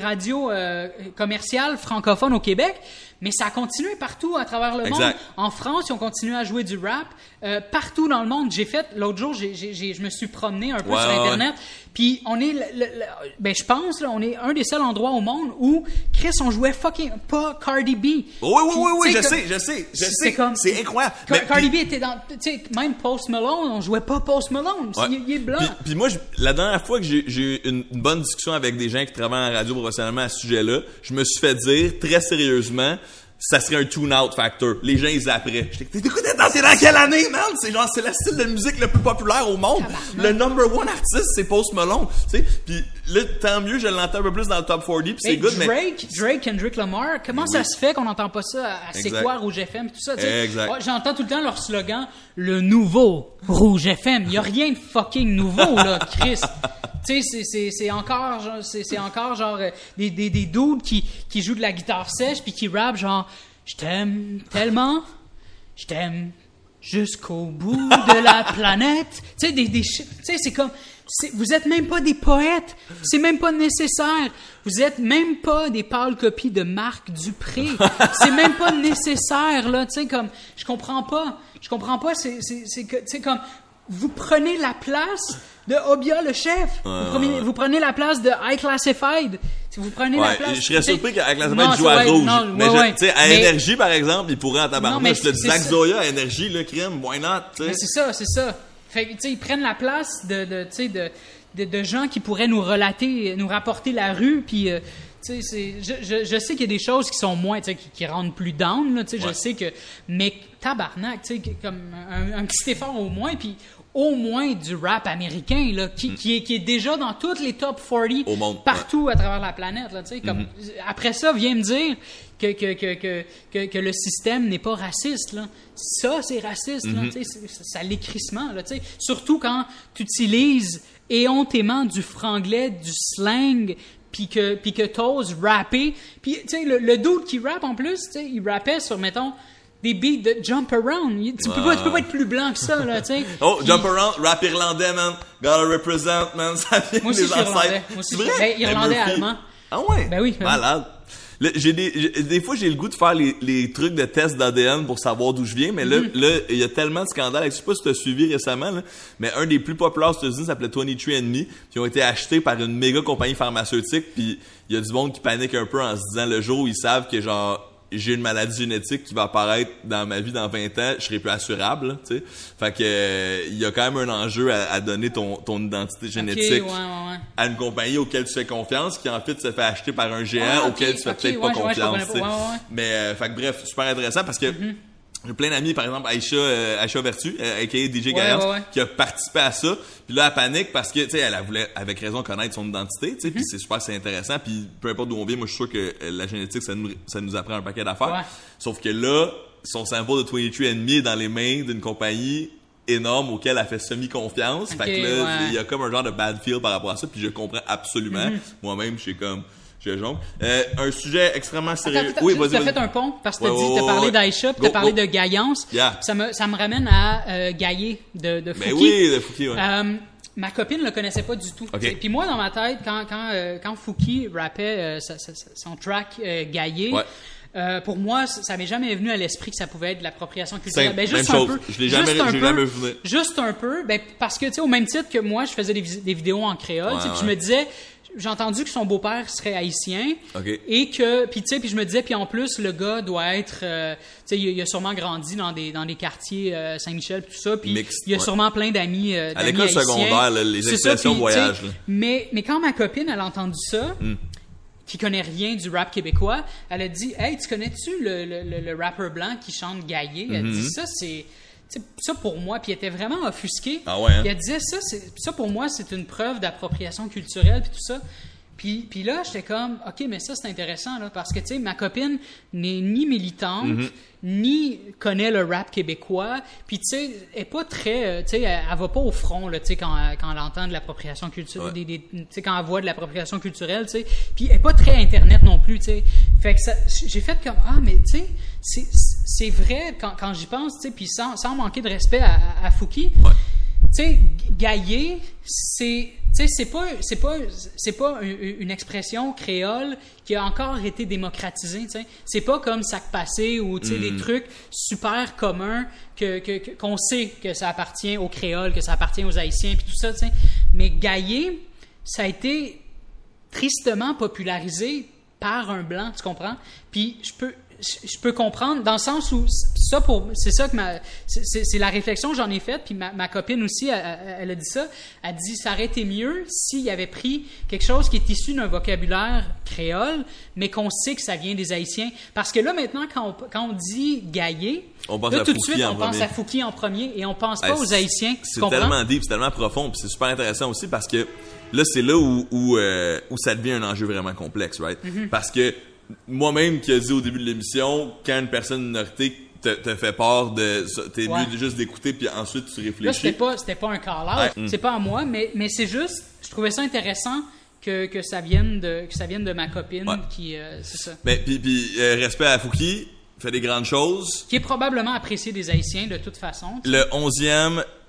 commerciales francophones au Québec. Mais ça a continué partout à travers le monde. En France, ils ont continué à jouer du rap. Partout dans le monde. L'autre jour, je me suis promené un peu sur Internet. Puis on est, je pense, là, on est un des seuls endroits au monde où Chris, on jouait fucking pas Cardi B. Oui, je sais. C'est incroyable. Cardi B était dans, tu sais, même Post Malone, on jouait pas Post Malone. Il est blanc. Puis moi, la dernière fois que j'ai eu une bonne discussion avec des gens qui travaillent en radio professionnellement à ce sujet-là, je me suis fait dire très sérieusement, ça serait un tune-out factor. Les gens, ils zappaient. J'étais, t'écoutes, c'est dans quelle année, man? C'est le style de musique le plus populaire au monde. Le number one artiste, c'est Post Malone. Tu sais, puis là, tant mieux, je l'entends un peu plus dans le top 40, puis c'est good, Drake, Kendrick Lamar, comment ça se fait qu'on n'entend pas ça à C'est quoi, Rouge FM, tout ça, tu sais? J'entends tout le temps leur slogan, le nouveau Rouge FM. Il y a rien de fucking nouveau, là, Chris. Tu sais, c'est encore genre des dudes qui jouent de la guitare sèche puis qui rappent genre je t'aime tellement, je t'aime jusqu'au bout de la planète. Tu sais tu sais c'est comme vous êtes même pas des poètes, c'est même pas nécessaire. Vous êtes même pas des pâles copies de Marc Dupré. C'est même pas nécessaire là, tu sais comme je comprends pas, c'est que tu sais comme vous prenez la place de Obia le chef. Vous prenez la place de High Classified. Si vous prenez la place... Je serais surpris qu'High Classified joue à rouge. Mais tu sais, à Énergie, par exemple, il pourrait en tabarnak. Je te dis, Zach Zoya à Énergie, le crime, why not? T'sais. Mais c'est ça. Fait que, tu sais, ils prennent la place de gens qui pourraient nous rapporter la rue, puis... je sais qu'il y a des choses qui sont moins, qui rendent plus down, là, je sais que... Mais tabarnak, comme un petit effort au moins, puis au moins du rap américain, là, qui est déjà dans toutes les top 40 au monde, partout à travers la planète. Là, comme, après ça, viens me dire que le système n'est pas raciste. Là. Ça, c'est raciste. Là, ça l'écrissement. Là, surtout quand tu utilises éhontément du franglais, du slang, puis que t'oses rapper. Puis, tu sais, le dude qui rappe en plus, tu sais, il rappait sur, mettons, des beats de Jump Around. Tu peux pas être plus blanc que ça, là, tu sais. Oh, puis... Jump Around, rap irlandais, man. Gotta represent, man. Ça vient moi aussi, des ancêtres. Moi aussi, ben, irlandais, allemand. Ah ouais? Ben oui. Malade. Des fois, j'ai le goût de faire les trucs de test d'ADN pour savoir d'où je viens, mais là, il y a tellement de scandales. Je sais pas si tu as suivi récemment, là, mais un des plus populaires aux États-Unis s'appelait 23andMe, qui ont été achetés par une méga compagnie pharmaceutique, puis il y a du monde qui panique un peu en se disant le jour où ils savent que genre j'ai une maladie génétique qui va apparaître dans ma vie dans 20 ans, je serai plus assurable, tu sais. Fait que il y a quand même un enjeu à donner ton identité génétique à une compagnie auquel tu fais confiance, qui en fait se fait acheter par un géant auquel tu fais peut-être pas confiance. Mais fait que bref, super intéressant parce que j'ai plein d'amis, par exemple Aïcha Vertu, aka DJ Gaillard, qui a participé à ça. Puis là, elle panique parce que, tu sais, elle voulait avec raison connaître son identité, tu sais. Puis c'est super, c'est intéressant. Puis peu importe d'où on vient, moi je suis sûr que la génétique, ça nous apprend un paquet d'affaires. Ouais. Sauf que là, son symbole de 23andMe est dans les mains d'une compagnie énorme auquel elle fait semi-confiance. Fait que là, il y a comme un genre de bad feel par rapport à ça. Puis je comprends absolument. Moi-même, je suis comme... un sujet extrêmement sérieux. Attends, vas-y. Tu as fait un pont parce que t'as parlé d'Aïcha, puis t'as parlé de Gaillance. Yeah. Ça me ramène à Gaillé de Fouki. Ben oui, de Fouki, ouais. Ma copine le connaissait pas du tout. Okay. Puis moi, dans ma tête, quand Fouki rappait son track Gaillé, pour moi, ça m'est jamais venu à l'esprit que ça pouvait être de l'appropriation culturelle. Ben, juste un peu. Je l'ai jamais vu. Juste un peu, ben, parce que, tu sais, au même titre que moi, je faisais des vidéos en créole, puis je me disais... J'ai entendu que son beau-père serait haïtien et que puis je me disais puis en plus le gars doit être tu sais il a sûrement grandi dans des quartiers Saint-Michel tout ça puis il y a sûrement plein d'amis à l'école secondaire là, les expressions voyage là. Mais quand ma copine elle a entendu ça qui connaît rien du rap québécois, elle a dit hey, tu connais-tu le rappeur blanc qui chante Gaillé? Elle dit ça pour moi, puis elle était vraiment offusquée. Ah ouais, hein? Puis elle disait ça pour moi c'est une preuve d'appropriation culturelle puis tout ça. Puis là j'étais comme OK, mais ça c'est intéressant là parce que tu sais ma copine n'est ni militante ni connaît le rap québécois, puis tu sais elle est pas très tu sais elle va pas au front là tu sais quand elle entend de l'appropriation culturelle tu sais quand elle voit de l'appropriation culturelle tu sais, puis elle est pas très internet non plus tu sais. Fait que ça j'ai fait comme mais tu sais c'est vrai quand j'y pense tu sais puis sans manquer de respect à Fouki. Tu sais Gaillé c'est pas une expression créole qui a encore été démocratisée, tu sais. C'est pas comme Sac Passé ou tu sais des trucs super communs qu'on sait que ça appartient aux créoles, que ça appartient aux haïtiens puis tout ça, tu sais. Mais Gaillé, ça a été tristement popularisé par un blanc, tu comprends? Puis je peux comprendre dans le sens où c'est ça que c'est la réflexion que j'en ai faite puis ma copine aussi elle a dit ça, elle dit ça aurait été mieux s'il avait pris quelque chose qui est issu d'un vocabulaire créole mais qu'on sait que ça vient des Haïtiens parce que là maintenant quand on dit Gaillé on pense là, à tout de Fouki suite on pense à Fouki en premier et on pense pas aux Haïtiens. C'est tellement deep, c'est tellement profond puis c'est super intéressant aussi parce que là c'est là où ça devient un enjeu vraiment complexe, right? Parce que moi-même qui ai dit au début de l'émission, quand une personne minorité te fait part t'es mieux de juste d'écouter puis ensuite tu réfléchis. Là, c'était pas un call-out, c'est pas à moi, mais c'est juste, je trouvais ça intéressant que ça vienne de ma copine qui c'est ça. Mais puis respect à Fouki, fait des grandes choses. Qui est probablement apprécié des Haïtiens de toute façon. Le 11e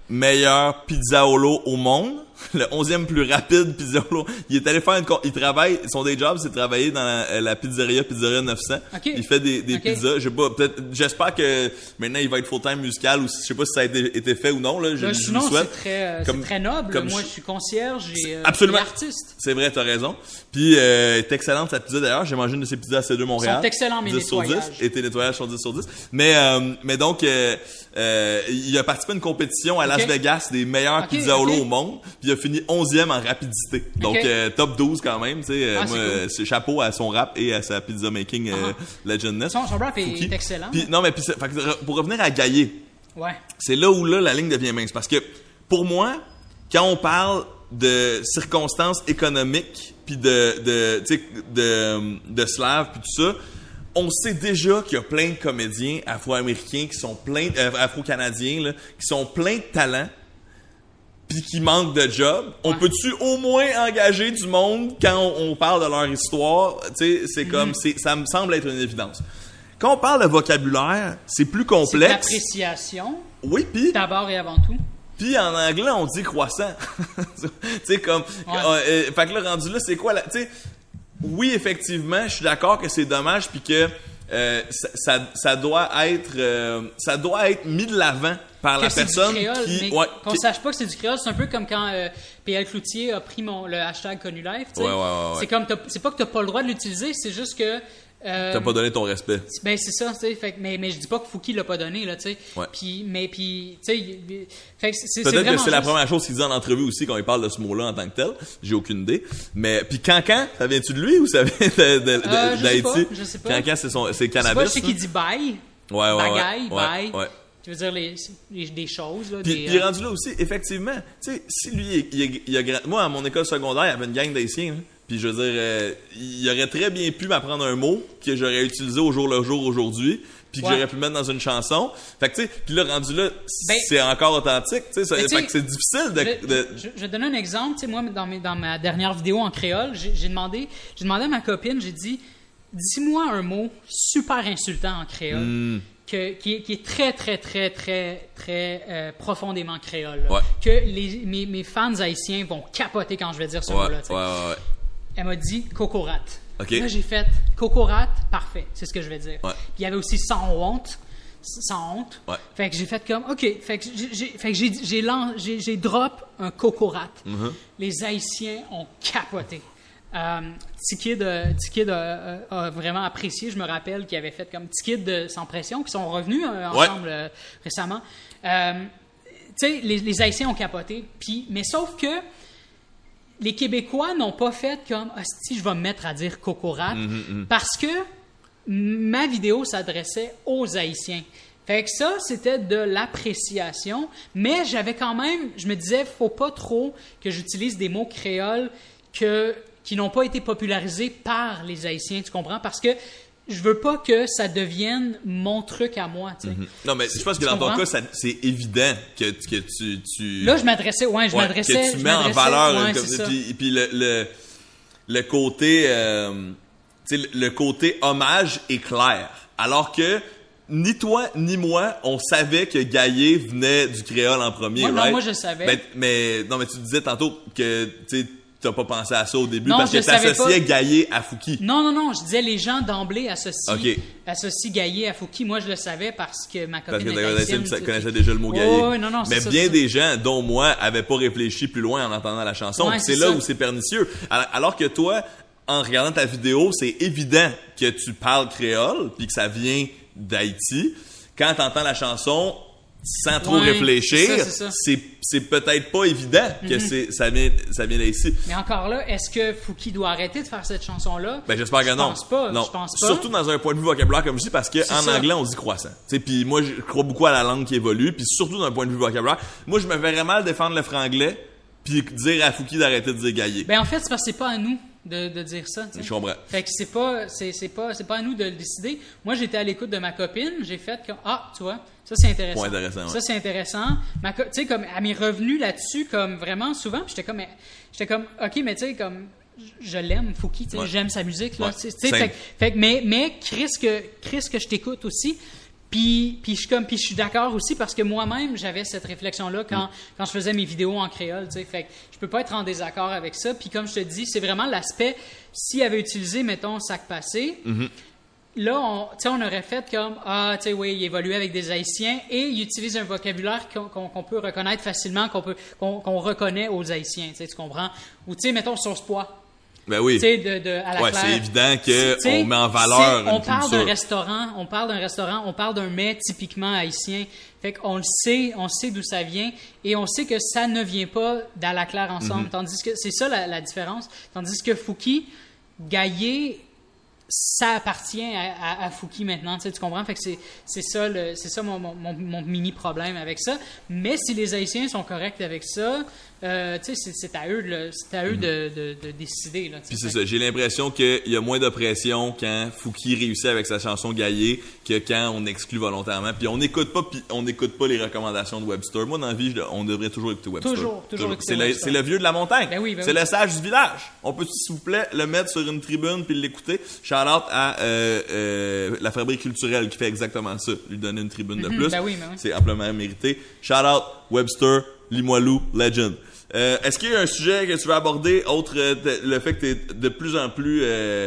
meilleur pizzaolo au monde, le 11e plus rapide pizzaolo. Il est allé faire il travaille, son day job, c'est de travailler dans la pizzeria 900. Okay. Il fait des pizzas. J'espère que maintenant il va être full-time musical ou je sais pas si ça a été fait ou non, là. Je sinon, le souhaite. C'est très noble. Moi, je suis concierge et absolument. artiste. C'est vrai, t'as raison. Puis, est excellente sa pizza d'ailleurs. J'ai mangé une de ses pizzas à C2 Montréal. Ils sont excellents, mes nettoyages. Et tes nettoyages sont 10 sur 10. Mais donc, il a participé à une compétition à Las Vegas des meilleurs pizzaolos au monde. Puis il a fini 11e en rapidité. Donc, top 12 quand même. Tu sais, moi, c'est chapeau à son rap et à sa pizza making legendness. Son rap est excellent. Puis, non, mais puis, pour revenir à Gaillé, c'est là où la ligne devient mince. Parce que, pour moi, quand on parle de circonstances économiques puis de slaves puis tout ça, on sait déjà qu'il y a plein de comédiens afro-américains qui sont afro-canadiens là, qui sont pleins de talent puis qui manquent de job. On peut-tu au moins engager du monde quand on parle de leur histoire? Tu sais, c'est comme ça me semble être une évidence. Quand on parle de vocabulaire, c'est plus complexe. C'est l'appréciation. Oui, puis d'abord et avant tout. Puis en anglais, on dit croissant. Tu sais, comme... fait que là, rendu là, c'est quoi là? Tu sais, oui, effectivement, je suis d'accord que c'est dommage puis que ça doit être mis de l'avant par la personne créole, qui... Mais qu'on sache pas que c'est du créole, c'est un peu comme quand PL Cloutier a pris le hashtag Connu Live. C'est comme, c'est pas que t'as pas le droit de l'utiliser, c'est juste que... t'as pas donné ton respect. Ben c'est ça, tu sais. Mais je dis pas que Fouki l'a pas donné là, tu sais. Puis, tu sais, peut-être que c'est la première chose qu'il dit en entrevue aussi quand il parle de ce mot-là en tant que tel. J'ai aucune idée. Mais puis Cancan, ça vient-tu de lui ou ça vient d'Haïti? Je sais pas. Cancan, c'est cannabis. Je sais qu'il dit bye. Bagaille, bye. Tu veux dire des choses là. Puis rendu là aussi, effectivement, tu sais, si lui, moi à mon école secondaire, il y avait une gang d'Haïtiens. Hein. Puis je veux dire, il aurait très bien pu m'apprendre un mot que j'aurais utilisé au jour le jour aujourd'hui, puis que j'aurais pu mettre dans une chanson. Fait que tu sais, puis là rendu là, c'est encore authentique, tu sais, fait que c'est difficile de... Je vais donner un exemple, tu sais, moi dans ma dernière vidéo en créole, j'ai demandé à ma copine, j'ai dit, dis-moi un mot super insultant en créole. Qui est très, très, très, très, très profondément créole. Que mes fans haïtiens vont capoter quand je vais dire ce mot-là. Elle m'a dit « cocorat ». Là, j'ai fait « cocorat », parfait, c'est ce que je vais dire. Puis il y avait aussi « sans honte ». Fait que j'ai fait comme « OK ». Fait que j'ai drop un cocorat. Les Haïtiens ont capoté. T-Kid a vraiment apprécié. Je me rappelle qu'il avait fait comme T-Kid de Sans Pression, qui sont revenus ensemble récemment. Tu sais, les Haïtiens ont capoté. Mais sauf que les Québécois n'ont pas fait comme « Hostie, je vais me mettre à dire cocorat parce que ma vidéo s'adressait aux Haïtiens. Fait que ça, c'était de l'appréciation, mais j'avais quand même... Je me disais, faut pas trop que j'utilise des mots créoles qui n'ont pas été popularisés par les Haïtiens, tu comprends? Parce que je veux pas que ça devienne mon truc à moi, tu sais. Non, mais je pense que dans ton cas, c'est évident que tu... Là, je m'adressais... que tu mets en valeur... Puis le côté... tu sais, le côté hommage est clair. Alors que ni toi, ni moi, on savait que Gaillé venait du créole en premier, moi, je savais. Mais tu disais tantôt que, tu sais, t'as pas pensé à ça au début parce que t'associais Gaillé à Fouki. Non, je disais les gens d'emblée associent Gaillé à Fouki. Moi, je le savais parce que ma copine connaissait déjà le mot Gaillé. Non, mais bien des gens, dont moi, avaient pas réfléchi plus loin en entendant la chanson. C'est là où c'est pernicieux. Alors que toi, en regardant ta vidéo, c'est évident que tu parles créole puis que ça vient d'Haïti. Quand t'entends la chanson, sans trop réfléchir, c'est peut-être pas évident que ça vient d'Haïti. Mais encore là, est-ce que Fouki doit arrêter de faire cette chanson-là? Ben j'espère que non. Je pense pas. Surtout dans un point de vue vocabulaire comme je dis, parce que en anglais on dit croissant. Puis moi je crois beaucoup à la langue qui évolue, puis surtout d'un point de vue vocabulaire. Moi je me verrais mal défendre le franglais puis dire à Fouki d'arrêter de dire Gaillé. Ben en fait c'est parce que c'est pas à nous de dire ça. T'sais. Je comprends. Fait que c'est pas à nous de le décider. Moi j'étais à l'écoute de ma copine, j'ai fait comme tu vois, ça c'est intéressant. Point intéressant. Ça c'est intéressant. Tu sais comme elle m'est revenue là-dessus comme vraiment souvent, puis j'étais comme OK, mais tu sais comme je l'aime Fouki, tu sais j'aime sa musique là, tu sais mais Chris que je t'écoute aussi. Puis je suis d'accord aussi parce que moi-même, j'avais cette réflexion-là quand je faisais mes vidéos en créole, tu sais. Fait que je peux pas être en désaccord avec ça. Puis comme je te dis, c'est vraiment l'aspect, s'il avait utilisé, mettons, sac passé, là, on aurait fait comme, tu sais, oui, il évolue avec des Haïtiens et il utilise un vocabulaire qu'on peut reconnaître facilement, qu'on reconnaît aux Haïtiens, tu comprends? Ou, tu sais, mettons, sauce pois. Ben oui. Tu sais, à la claire. C'est évident qu'on met en valeur on parle d'un restaurant, on parle d'un mets typiquement haïtien. Fait qu'on le sait, on sait d'où ça vient et on sait que ça ne vient pas d'à la claire ensemble. Tandis que c'est ça la différence. Tandis que Fouki, Gaillé, ça appartient à Fouki maintenant, tu comprends? Fait que c'est ça mon mini problème avec ça. Mais si les Haïtiens sont corrects avec ça, tu sais, c'est à eux de décider. Là, puis c'est ça, j'ai l'impression qu'il y a moins de pression quand Fouki réussit avec sa chanson Gaillé que quand on exclut volontairement. Puis on n'écoute pas les recommandations de Webster. Moi, dans la vie, on devrait toujours écouter Webster. Toujours écouter Webster. C'est le vieux de la montagne. Ben oui, c'est le sage du village. On peut, s'il vous plaît, le mettre sur une tribune puis l'écouter. Shout-out à la Fabrique culturelle qui fait exactement ça. Lui donner une tribune de plus. Ben oui. C'est amplement mérité. Shout-out Webster, Limoilou, Legend. Est-ce qu'il y a un sujet que tu veux aborder autre le fait que tu es de plus en plus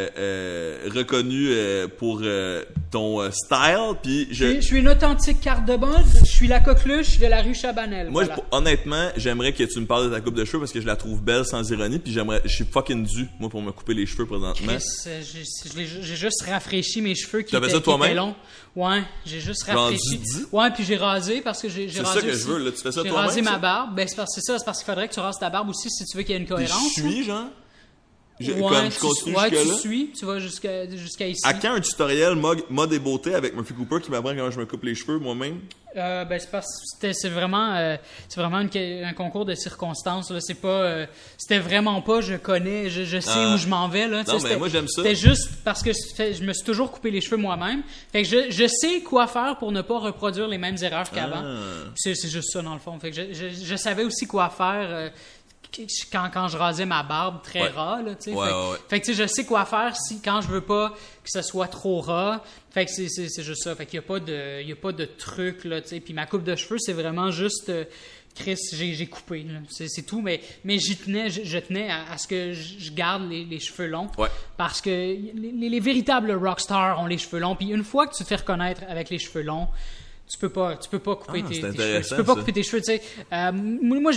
reconnu pour ton style? Puis je suis une authentique carte de mode. Je suis la coqueluche de la rue Chabanel. Moi, voilà. Honnêtement, j'aimerais que tu me parles de ta coupe de cheveux parce que je la trouve belle sans ironie. Puis je suis fucking dû, moi, pour me couper les cheveux présentement. Chris, j'ai juste rafraîchi mes cheveux qui étaient longs. Ouais, j'ai juste rafraîchi. Ouais, puis j'ai rasé parce que j'ai rasé. C'est ça que je veux, là. Tu fais ça toi-même? J'ai rasé ma barbe. Ben, c'est parce qu'il faudrait que tu rases ta barbe aussi si tu veux qu'il y ait une cohérence. Je suis, genre? Comme je continue tu suis, tu vas jusqu'à ici. À quand un tutoriel mode et beauté avec Murphy Cooper qui m'apprend comment je me coupe les cheveux moi-même? C'est vraiment un concours de circonstances. Là. C'était vraiment pas je connais, je sais où je m'en vais. Là. Non, mais moi j'aime ça. C'était juste parce que je me suis toujours coupé les cheveux moi-même. Fait que je sais quoi faire pour ne pas reproduire les mêmes erreurs qu'avant. C'est juste ça dans le fond. Fait que je savais aussi quoi faire. Quand je rasais ma barbe très ras, là, tu sais. Fait que, tu sais, je sais quoi faire quand je veux pas que ce soit trop ras. Fait que c'est juste ça. Fait qu'il y a pas de truc, là, tu sais. Puis ma coupe de cheveux, c'est vraiment juste, Chris, j'ai coupé, là. C'est tout. Mais je tenais à ce que je garde les cheveux longs. Ouais. Parce que les véritables rockstars ont les cheveux longs. Puis une fois que tu te fais reconnaître avec les cheveux longs, tu peux pas couper tes cheveux. Tu peux pas couper tes cheveux, tu sais. Moi,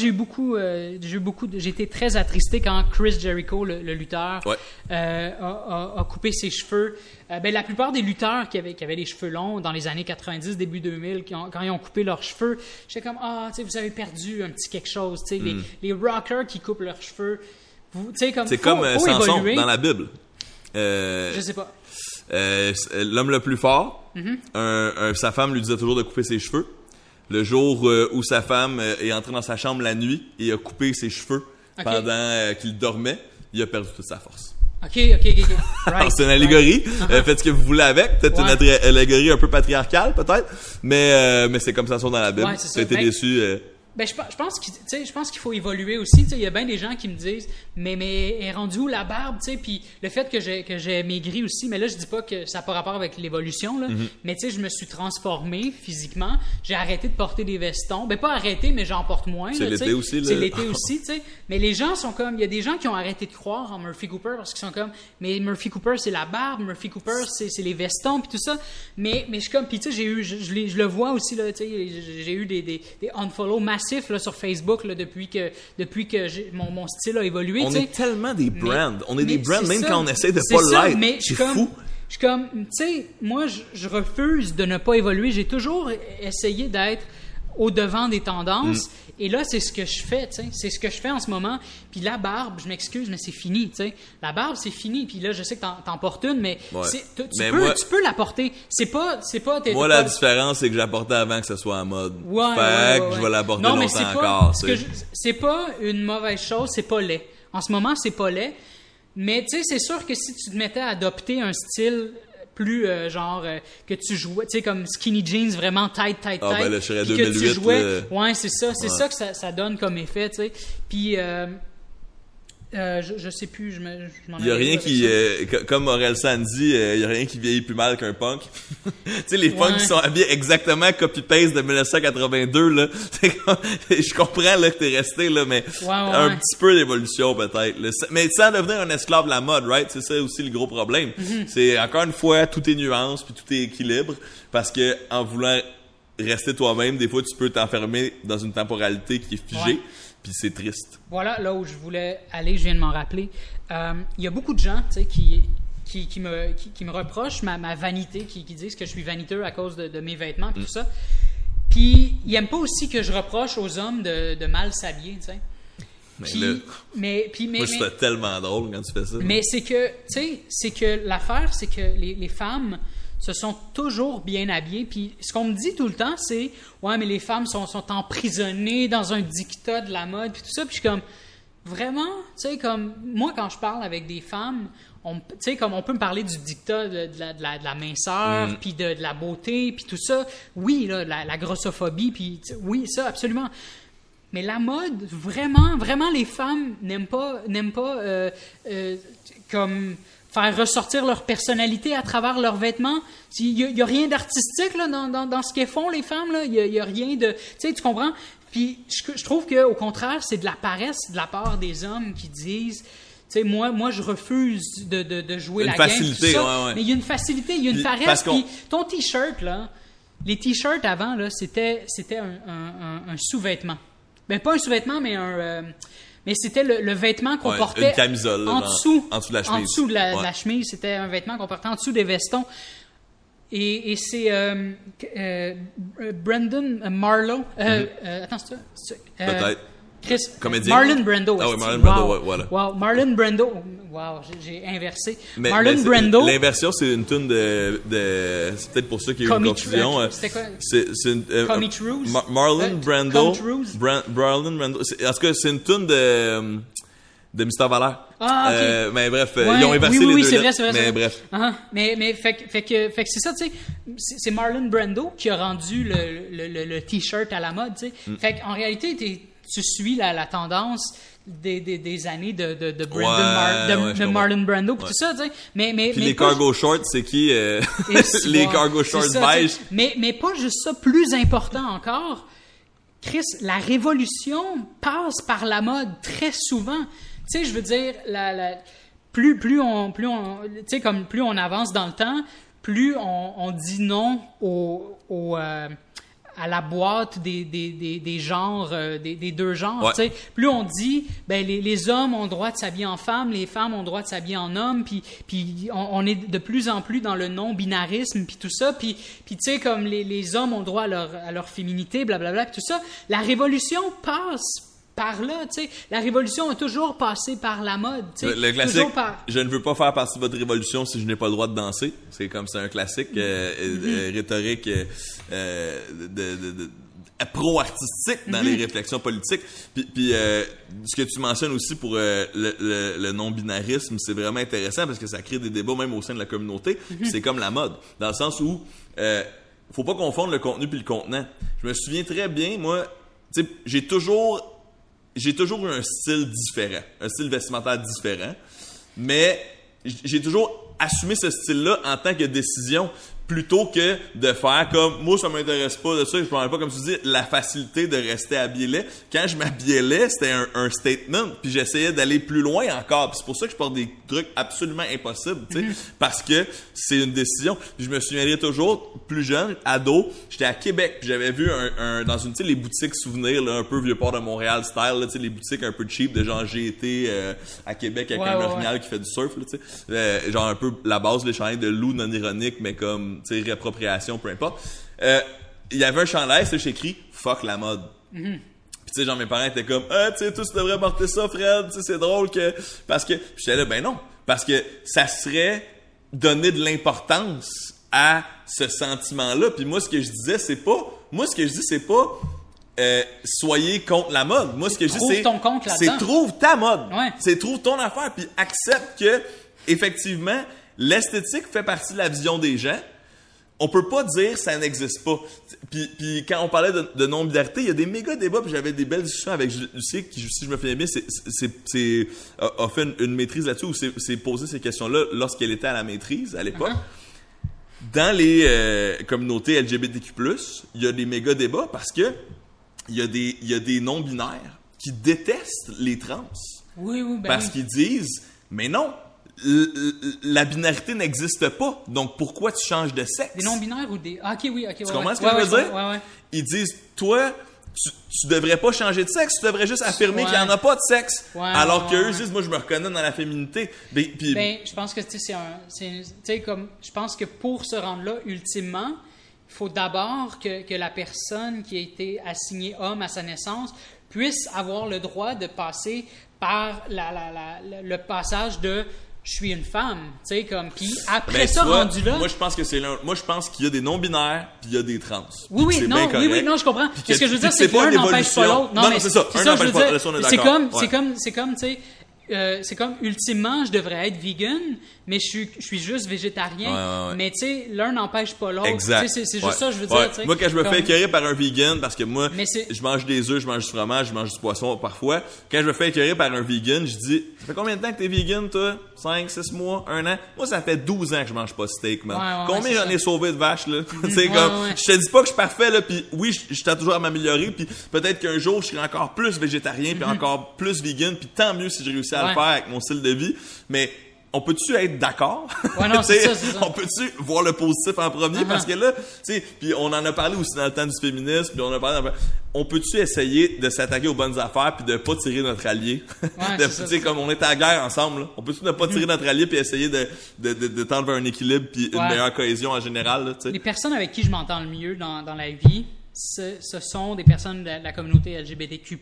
j'ai été très attristé quand Chris Jericho, le lutteur, a coupé ses cheveux. La plupart des lutteurs qui avaient les cheveux longs dans les années 90, début 2000, quand ils ont coupé leurs cheveux, j'étais comme, tu sais, vous avez perdu un petit quelque chose, tu sais. Les rockers qui coupent leurs cheveux, tu sais, comme, c'est comme Samson dans la Bible. Je sais pas. L'homme le plus fort, sa femme lui disait toujours de couper ses cheveux. Le jour où sa femme est entrée dans sa chambre la nuit et a coupé ses cheveux pendant qu'il dormait, il a perdu toute sa force. OK. Right. Alors, c'est une allégorie. Faites ce que vous voulez avec. Peut-être une allégorie un peu patriarcale, peut-être. Mais c'est comme ça dans la Bible. Tu as été déçu. Je pense qu'il faut évoluer aussi. Il y a bien des gens qui me disent mais est rendu où la barbe, tu sais, puis le fait que j'ai maigri aussi, mais là je dis pas que ça n'a pas rapport avec l'évolution là, mais tu sais je me suis transformé physiquement, j'ai arrêté de porter des vestons, pas arrêté mais j'en porte moins. C'est l'été aussi là. C'est l'été aussi, tu sais. Mais les gens sont comme, il y a des gens qui ont arrêté de croire en Murphy Cooper parce qu'ils sont comme mais Murphy Cooper c'est la barbe, Murphy Cooper c'est les vestons puis tout ça, mais je suis comme puis tu sais je le vois aussi là, tu sais j'ai eu des unfollow massifs là sur Facebook là, depuis que mon style a évolué. On est tellement des brands. On est des brands même quand on essaie de pas l'être. C'est fou. Je suis comme, tu sais, moi, je refuse de ne pas évoluer. J'ai toujours essayé d'être au devant des tendances. Et là, c'est ce que je fais, tu sais. C'est ce que je fais en ce moment. Puis la barbe, je m'excuse, mais c'est fini, tu sais. La barbe, c'est fini. Puis là, je sais que t'en portes une, mais tu peux la porter. C'est pas moi, la différence, c'est que je la portais avant que ce soit en mode. Je vais la porter longtemps encore. C'est pas une mauvaise chose, c'est pas laid. En ce moment, c'est pas laid. Mais tu sais, c'est sûr que si tu te mettais à adopter un style plus que tu jouais, tu sais, comme skinny jeans vraiment tight, là, je serais 2008, que tu jouais, c'est ça que ça donne comme effet, tu sais. Puis Je sais plus, je m'en Il y a rien qui, comme Aurel San dit, il y a rien qui vieillit plus mal qu'un punk. Tu sais, les punks qui sont habillés exactement copy-paste de 1982, là. Je comprends, là, que t'es resté, là, mais un petit peu d'évolution, peut-être, là. Mais sans devenir un esclave de la mode, right? C'est ça aussi le gros problème. C'est, encore une fois, tout est nuance, puis tout est équilibre, parce que, en voulant rester toi-même, des fois, tu peux t'enfermer dans une temporalité qui est figée. Puis c'est triste. Voilà, là où je voulais aller, je viens de m'en rappeler. Il y a beaucoup de gens, tu sais, qui me reprochent ma vanité, qui disent que je suis vaniteux à cause de mes vêtements et tout ça. Puis ils n'aiment pas aussi que je reproche aux hommes de mal s'habiller, tu sais. Moi, je trouve ça tellement drôle quand tu fais ça. Mais c'est que, tu sais, c'est que l'affaire, c'est que les femmes se sont toujours bien habillées. Puis ce qu'on me dit tout le temps, c'est « Ouais, mais les femmes sont emprisonnées dans un dictat de la mode. » Puis tout ça. Puis je suis comme « Vraiment? » Tu sais, comme moi, quand je parle avec des femmes, tu sais, comme on peut me parler du dictat de la minceur, puis de la beauté, puis tout ça. Oui, là, la grossophobie, puis oui, ça, absolument. Mais la mode, vraiment, vraiment, les femmes n'aiment pas comme faire ressortir leur personnalité à travers leurs vêtements. Il y a rien d'artistique là dans ce qu'elles font, les femmes. Là. Il y a rien de... Tu sais, tu comprends? Puis je trouve qu'au contraire, c'est de la paresse de la part des hommes qui disent... Tu sais, moi, je refuse de jouer la game. Une facilité, ouais. Mais il y a une facilité, il y a une paresse. Puis ton T-shirt, là, les T-shirts avant, là, c'était un sous-vêtement. Ben, pas un sous-vêtement, mais mais c'était le vêtement qu'on portait une camisole, en dessous de la chemise. En dessous de la chemise, c'était un vêtement qu'on portait en dessous des vestons. Et c'est Brandon Marlowe. Attends, c'est ça? Peut-être. Chris. Comédien. Marlon Brando. Ah oui, Marlon Brando, ouais, voilà. Wow, Marlon Brando. Wow, j'ai inversé. Marlon Brando. L'inversion, c'est une tune de c'est peut-être pour ça qu'il y a eu une confusion. C'était quoi? C'est une... Comic Ruse? Marlon Brando. Marlon Brando. En tout cas, c'est une tune de Mr. Valère. Ah, ok. Mais bref, ils ont inversé les deux. Oui, c'est vrai. Mais bref. Mais fait que c'est ça, tu sais. C'est Marlon Brando qui a rendu le T-shirt à la mode, tu sais. Fait qu'en réalité, tu suis la tendance des années de Marlon Brando puis tout ça, tu sais. Mais les cargo shorts, c'est qui les cargo shorts beige. Mais pas juste ça, plus important encore. Chris, la révolution passe par la mode très souvent. Tu sais, je veux dire, plus on avance dans le temps, plus on dit non à la boîte des genres, des deux genres. Ouais. Plus on dit, ben les hommes ont le droit de s'habiller en femmes, les femmes ont le droit de s'habiller en hommes, puis on est de plus en plus dans le non-binarisme, puis tout ça, puis tu sais, comme les hommes ont le droit à leur féminité, blablabla, puis tout ça. La révolution passe par là, tu sais. La révolution a toujours passé par la mode, tu sais. Le classique, je ne veux pas faire partie de votre révolution si je n'ai pas le droit de danser. C'est comme c'est un classique rhétorique pro-artistique dans les réflexions politiques. Puis ce que tu mentionnes aussi pour le non-binarisme, c'est vraiment intéressant parce que ça crée des débats même au sein de la communauté. Puis c'est comme la mode, dans le sens où faut pas confondre le contenu puis le contenant. Je me souviens très bien, moi, tu sais, j'ai toujours eu un style différent, un style vestimentaire différent, mais j'ai toujours assumé ce style-là en tant que décision plutôt que de faire comme moi ça m'intéresse pas de ça, je prends pas comme tu dis la facilité de rester habillé laid. Quand je m'habillais laid, c'était un statement, puis j'essayais d'aller plus loin encore, puis c'est pour ça que je porte des trucs absolument impossibles, tu sais, parce que c'est une décision. Puis je me souviendrai toujours plus jeune, ado, j'étais à Québec, puis j'avais vu dans une, tu sais, les boutiques souvenirs là, un peu Vieux-Port de Montréal style là, tu sais, les boutiques un peu cheap de genre j'ai été à Québec avec un orignal qui fait du surf là, tu sais, genre un peu la base des chandails de loup non ironique mais comme tu sais, réappropriation, peu importe. Il y avait un chandail, c'est écrit « Fuck la mode ». Puis tu sais, genre mes parents étaient comme « Ah, tu sais, tu devrais porter ça, Fred, tu sais, c'est drôle que... » Parce que... Puis j'étais là, ben non, parce que ça serait donner de l'importance à ce sentiment-là. Puis moi, ce que je disais, c'est pas... soyez contre la mode. Moi, ce que je dis, c'est trouve ta mode. Ouais. C'est trouve ton affaire, puis accepte que, effectivement, l'esthétique fait partie de la vision des gens. on peut pas dire ça n'existe pas. Puis quand on parlait de non-binarité, il y a des méga débats, puis j'avais des belles discussions avec Lucie, qui, si je me souviens bien, a fait une maîtrise là-dessus, où s'est posé ces questions-là lorsqu'elle était à la maîtrise, à l'époque. Dans les communautés LGBTQ+, il y a des méga débats parce que il y a des non-binaires qui détestent les trans. Oui, parce qu'ils disent, mais non, la binarité n'existe pas, donc pourquoi tu changes de sexe? Des non-binaires ou des... Ah, ok, oui, ok. Tu comprends ce que je veux dire? Ouais. Ils disent, toi, tu devrais pas changer de sexe, tu devrais juste affirmer qu'il n'y en a pas de sexe. Alors qu'eux disent, moi, je me reconnais dans la féminité. Ben, je pense que, tu sais, comme, je pense que pour se rendre là, ultimement, il faut d'abord que la personne qui a été assignée homme à sa naissance puisse avoir le droit de passer par le passage de je suis une femme, tu sais, comme, puis après ça, rendu là... Moi, je pense que moi, je pense qu'il y a des non-binaires, puis il y a des trans. Oui, je comprends. Ce que je veux dire, c'est que l'un n'empêche pas l'autre. Non, c'est ça. C'est ça, je veux dire. C'est comme, tu sais, c'est comme, ultimement, je devrais être vegan, mais je suis juste végétarien. Mais tu sais, l'un n'empêche pas l'autre. Exact. C'est juste ça, je veux dire. Moi, quand je me fais écœurer par un vegan, parce que moi, je mange des œufs, je mange du fromage, je mange du poisson parfois. Quand je me fais écœurer par un vegan, je dis, ça fait combien de temps que t'es vegan, toi? 5, 6 mois, 1 an? Moi, ça fait 12 ans que je mange pas de steak, man. Combien j'en ai sauvé de vaches, là? Tu sais, comme, je te dis pas que je suis parfait, là, pis oui, je tente toujours à m'améliorer, pis peut-être qu'un jour, je serai encore plus végétarien, puis encore plus vegan, puis tant mieux si j'ai réussi à le faire avec mon style de vie. Mais, on peut-tu être d'accord? C'est ça. On peut-tu voir le positif en premier? Parce que là, tu sais, puis on en a parlé aussi dans le temps du féminisme, puis on peut-tu essayer de s'attaquer aux bonnes affaires puis de pas tirer notre allié? Tu sais, comme on est à la guerre ensemble, là. On peut-tu ne pas tirer notre allié puis essayer de tendre vers un équilibre puis une meilleure cohésion en général, là, tu sais? Les personnes avec qui je m'entends le mieux dans la vie, ce sont des personnes de la communauté LGBTQ+,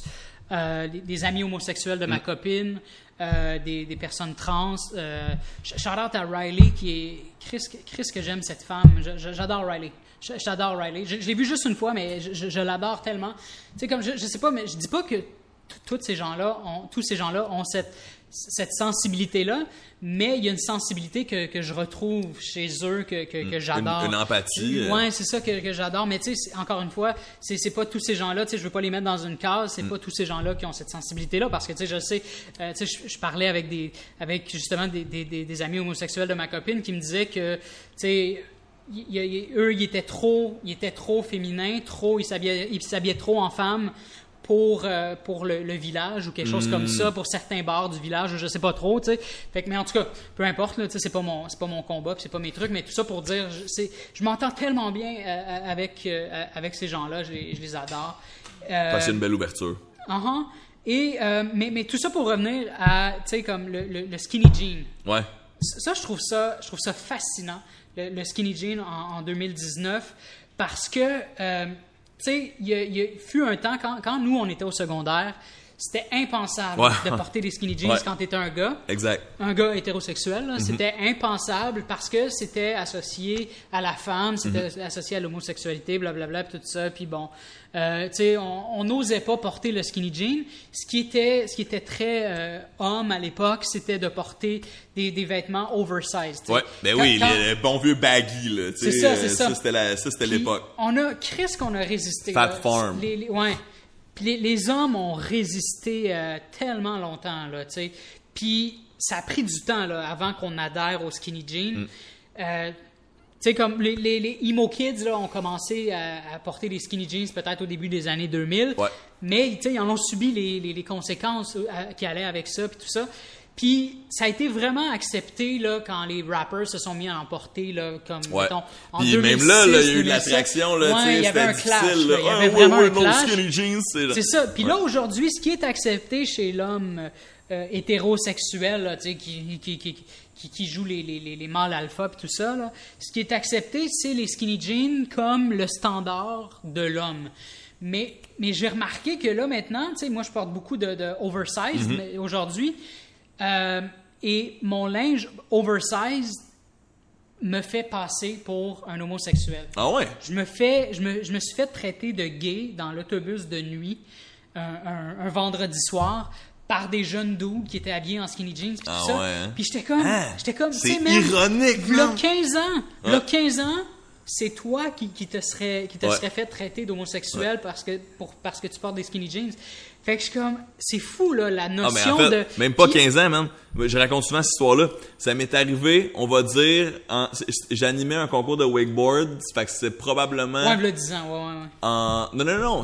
des amis homosexuels de ma copine, des personnes trans. Shout out à Riley, qui est... Chris que j'aime cette femme. J'adore Riley. J'adore Riley. Je l'ai vue juste une fois, mais je l'adore tellement. Tu sais, comme je sais pas, mais je dis pas que tous ces gens-là ont cette sensibilité-là, mais il y a une sensibilité que je retrouve chez eux, que j'adore. Une empathie. Ouais, c'est ça que j'adore. Mais tu sais, encore une fois, c'est pas tous ces gens-là, tu sais, je veux pas les mettre dans une case, c'est pas tous ces gens-là qui ont cette sensibilité-là, parce que tu sais, je sais, tu sais, je parlais avec justement des amis homosexuels de ma copine qui me disaient que, tu sais, eux, ils étaient trop féminins, ils s'habillaient trop en femmes pour le village ou quelque chose comme ça, pour certains bars du village, je sais pas trop, tu sais. Fait que, mais en tout cas, peu importe, là, tu sais, c'est pas mon combat, puis c'est pas mes trucs, mais tout ça pour dire, je m'entends tellement bien avec ces gens-là, je les adore. C'est une belle ouverture. Et mais tout ça pour revenir à, tu sais, comme le skinny jean. Ouais. Ça, je trouve ça fascinant, le skinny jean en 2019, parce que tu sais, il fut un temps, quand nous, on était au secondaire, c'était impensable de porter des skinny jeans quand t'étais un gars. Exact. Un gars hétérosexuel, là. C'était impensable parce que c'était associé à la femme, c'était associé à l'homosexualité, blablabla, puis tout ça. Puis bon, tu sais, on n'osait pas porter le skinny jean. Ce qui était très homme à l'époque, c'était de porter des vêtements oversized. Ouais, les bons vieux baggy, là. C'est ça, c'est ça. Ça, c'était l'époque. On a résisté. Fat Farm. Puis les hommes ont résisté tellement longtemps, là, tu sais. Puis ça a pris du temps, là, avant qu'on adhère au skinny jean. Tu sais, comme les emo kids, là, ont commencé à porter des skinny jeans peut-être au début des années 2000. Ouais. Mais, tu sais, ils en ont subi les conséquences qui allaient avec ça, puis tout ça. Puis ça a été vraiment accepté là, quand les rappers se sont mis à en porter, là, comme, mettons, en 2006, même là, il y a eu de l'attraction, là, tu sais, il y avait un clash. Il y avait vraiment un clash. Skinny jeans, c'est ça. Puis là, aujourd'hui, ce qui est accepté chez l'homme hétérosexuel, là, tu sais, qui joue les mâles alpha et tout ça, là, ce qui est accepté, c'est les skinny jeans comme le standard de l'homme. Mais j'ai remarqué que là, maintenant, tu sais, moi, je porte beaucoup de oversized aujourd'hui. Et mon linge oversized me fait passer pour un homosexuel. Ah ouais? Je me suis fait traiter de gay dans l'autobus de nuit un vendredi soir par des jeunes dudes qui étaient habillés en skinny jeans puis tout ça. Ouais, hein? Puis j'étais comme c'est ironique, là 15 ans, c'est toi qui te serais fait traiter d'homosexuel parce que tu portes des skinny jeans. Fait que je suis comme, c'est fou, là, la notion mais en fait, de... même pas 15 ans, man. Je raconte souvent cette histoire-là. Ça m'est arrivé, on va dire, j'animais un concours de wakeboard, fait que c'est probablement... Ouais, le 10 ans, ouais. Non,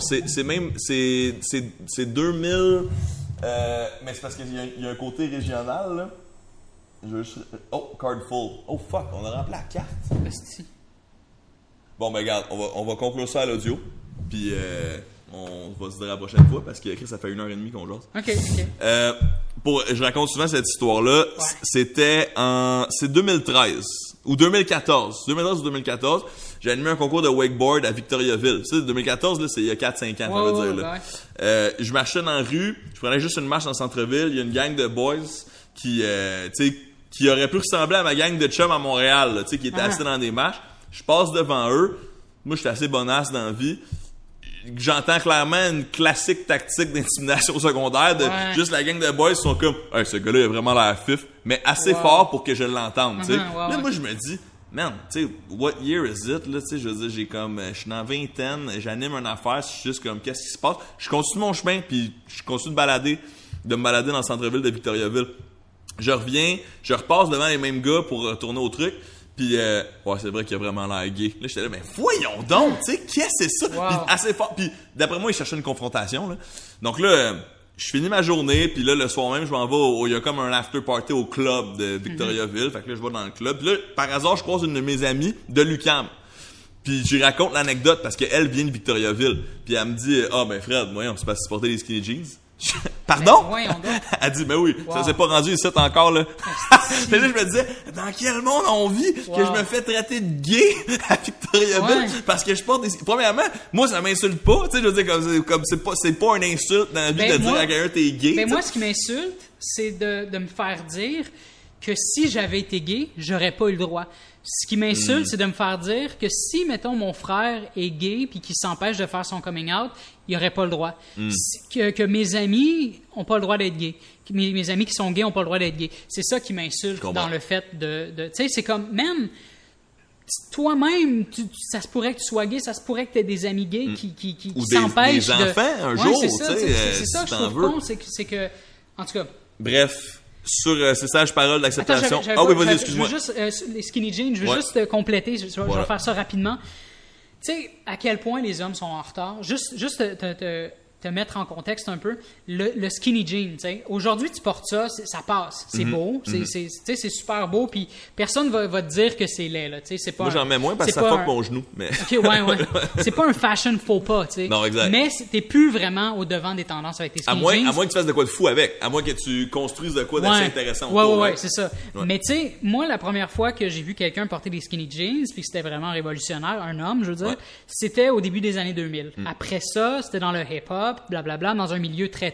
c'est 2000... mais c'est parce qu'il y a un côté régional, là. Oh, card full. Oh, fuck, on a rempli la carte. Hostie. Bon, ben regarde, on va conclure ça à l'audio, puis on va se dire à la prochaine fois, parce que ça fait 1h30 qu'on jase. OK. Je raconte souvent cette histoire-là. Ouais. C'est 2013 ou 2014. 2013 ou 2014. J'ai animé un concours de wakeboard à Victoriaville. Tu sais, 2014, là, c'est il y a 4-5 ans, ça veut dire. Là. Ouais. Je marchais dans la rue, je prenais juste une marche dans le centre-ville. Il y a une gang de boys qui aurait pu ressembler à ma gang de chums à Montréal, là, qui étaient assis dans des marches. Je passe devant eux. Moi, j'étais assez bonasse dans la vie. J'entends clairement une classique tactique d'intimidation secondaire de juste la gang de boys sont comme hey, ce gars-là il a vraiment l'air fif, mais assez fort pour que je l'entende, tu sais. Là moi je me dis man, tu sais, what year is it là, tu sais, je veux dire je suis dans la vingtaine, j'anime une affaire, je suis juste comme qu'est-ce qui se passe? Je continue mon chemin puis je continue de me balader dans le centre-ville de Victoriaville. Je reviens, je repasse devant les mêmes gars pour retourner au truc. Puis, c'est vrai qu'il a vraiment l'air gay. Là, j'étais là, mais voyons donc, tu sais, qu'est-ce que c'est ça? Puis, assez fort. Puis, d'après moi, il cherchait une confrontation, là. Donc là, je finis ma journée, puis là, le soir même, je m'en vais il y a comme un after party au club de Victoriaville. Fait que là, je vais dans le club. Puis là, par hasard, je croise une de mes amies de l'UQAM. Puis, je lui raconte l'anecdote parce qu'elle vient de Victoriaville. Puis, elle me dit, ben Fred, voyons, c'est parce que tu portais des skinny jeans. Pardon? Elle dit, mais oui, ça s'est pas rendu ici encore, là. Puis là, je me disais, dans quel monde on vit que je me fais traiter de gay à Victoriaville parce que je porte des... Premièrement, moi, ça m'insulte pas, tu sais, je veux dire, comme c'est pas une insulte dans la vie de dire à quelqu'un t'es gay. Mais moi, ce qui m'insulte, c'est de me faire dire que si j'avais été gay, j'aurais pas eu le droit. Ce qui m'insulte, c'est de me faire dire que si, mettons, mon frère est gay puis qu'il s'empêche de faire son coming out, il n'aurait pas le droit. Que mes amis n'ont pas le droit d'être gays. Que mes amis qui sont gays n'ont pas le droit d'être gays. C'est ça qui m'insulte dans le fait de tu sais, c'est comme, même, toi-même, ça se pourrait que tu sois gay, ça se pourrait que tu aies des amis gays qui s'empêchent de... Ou des enfants, un jour, tu sais, c'est ça que je trouve con, c'est que... En tout cas... Bref... Sur ces sages paroles d'acceptation. Oui, vas-y, excuse-moi. Je veux juste, les skinny jeans, je veux juste compléter, je vais faire ça rapidement. Tu sais, à quel point les hommes sont en retard. Juste te mettre en contexte un peu, le skinny jean, tu sais. Aujourd'hui, tu portes ça, ça passe, c'est beau, c'est super beau, puis personne va te dire que c'est laid, là, tu sais, c'est pas... Moi, j'en mets moins parce que ça fuck mon genou, mais... OK, ouais. C'est pas un fashion faux pas, tu sais. Non, exact. Mais t'es plus vraiment au devant des tendances avec tes skinny jeans. À moins que tu fasses de quoi de fou avec, à moins que tu construises de quoi d'assez intéressant. Ouais, c'est ça. Ouais. Mais tu sais, moi, la première fois que j'ai vu quelqu'un porter des skinny jeans, puis que c'était vraiment révolutionnaire, un homme, je veux dire, c'était au début des années 2000. Après ça, c'était dans le hip-hop, blablabla, dans un milieu très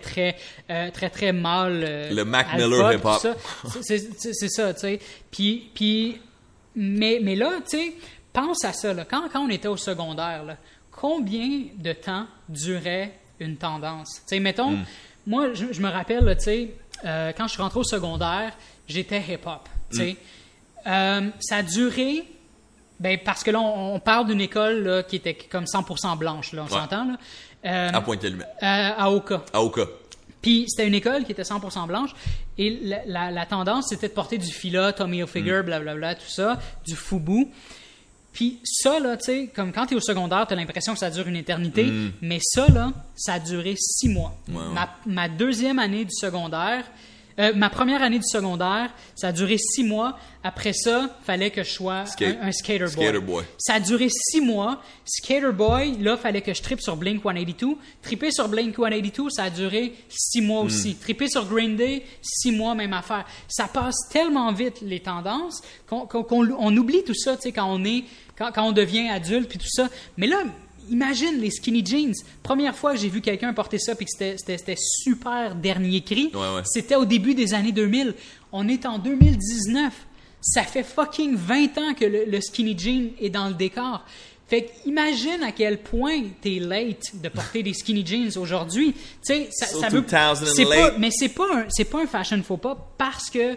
mâle. Le Mac Miller hip-hop. C'est ça, tu sais. Puis, mais là, tu sais, pense à ça, là. Quand on était au secondaire, là, combien de temps durait une tendance? Tu sais, mettons, moi, je me rappelle, là, tu sais, quand je suis rentré au secondaire, j'étais hip-hop, tu sais. Ça a duré... Ben, parce que là, on parle d'une école là, qui était comme 100% blanche, là, on s'entend, là. À Pointe-Calumet. À Oka. À Oka. Puis c'était une école qui était 100% blanche et la tendance, c'était de porter du fila, Tommy Hilfiger, blablabla, tout ça, du fubu. Puis ça, là, tu sais, comme quand t'es au secondaire, t'as l'impression que ça dure une éternité, mais ça, là, ça a duré 6 mois. Ouais. Ma deuxième année du secondaire... ma première année du secondaire, ça a duré 6 mois. Après ça, fallait que je sois un skater boy. Ça a duré 6 mois. Skater boy, là, fallait que je trippe sur Blink-182. Tripper sur Blink-182, ça a duré 6 mois aussi. Tripper sur Green Day, 6 mois, même affaire. Ça passe tellement vite, les tendances, qu'on oublie tout ça, tu sais, quand on devient adulte, puis tout ça. Mais là... Imagine les skinny jeans. Première fois que j'ai vu quelqu'un porter ça puis que c'était super dernier cri, c'était au début des années 2000. On est en 2019. Ça fait fucking 20 ans que le skinny jean est dans le décor. Fait que imagine à quel point t'es late de porter des skinny jeans aujourd'hui. Tu sais, ça veut... Mais c'est pas un fashion faux pas parce que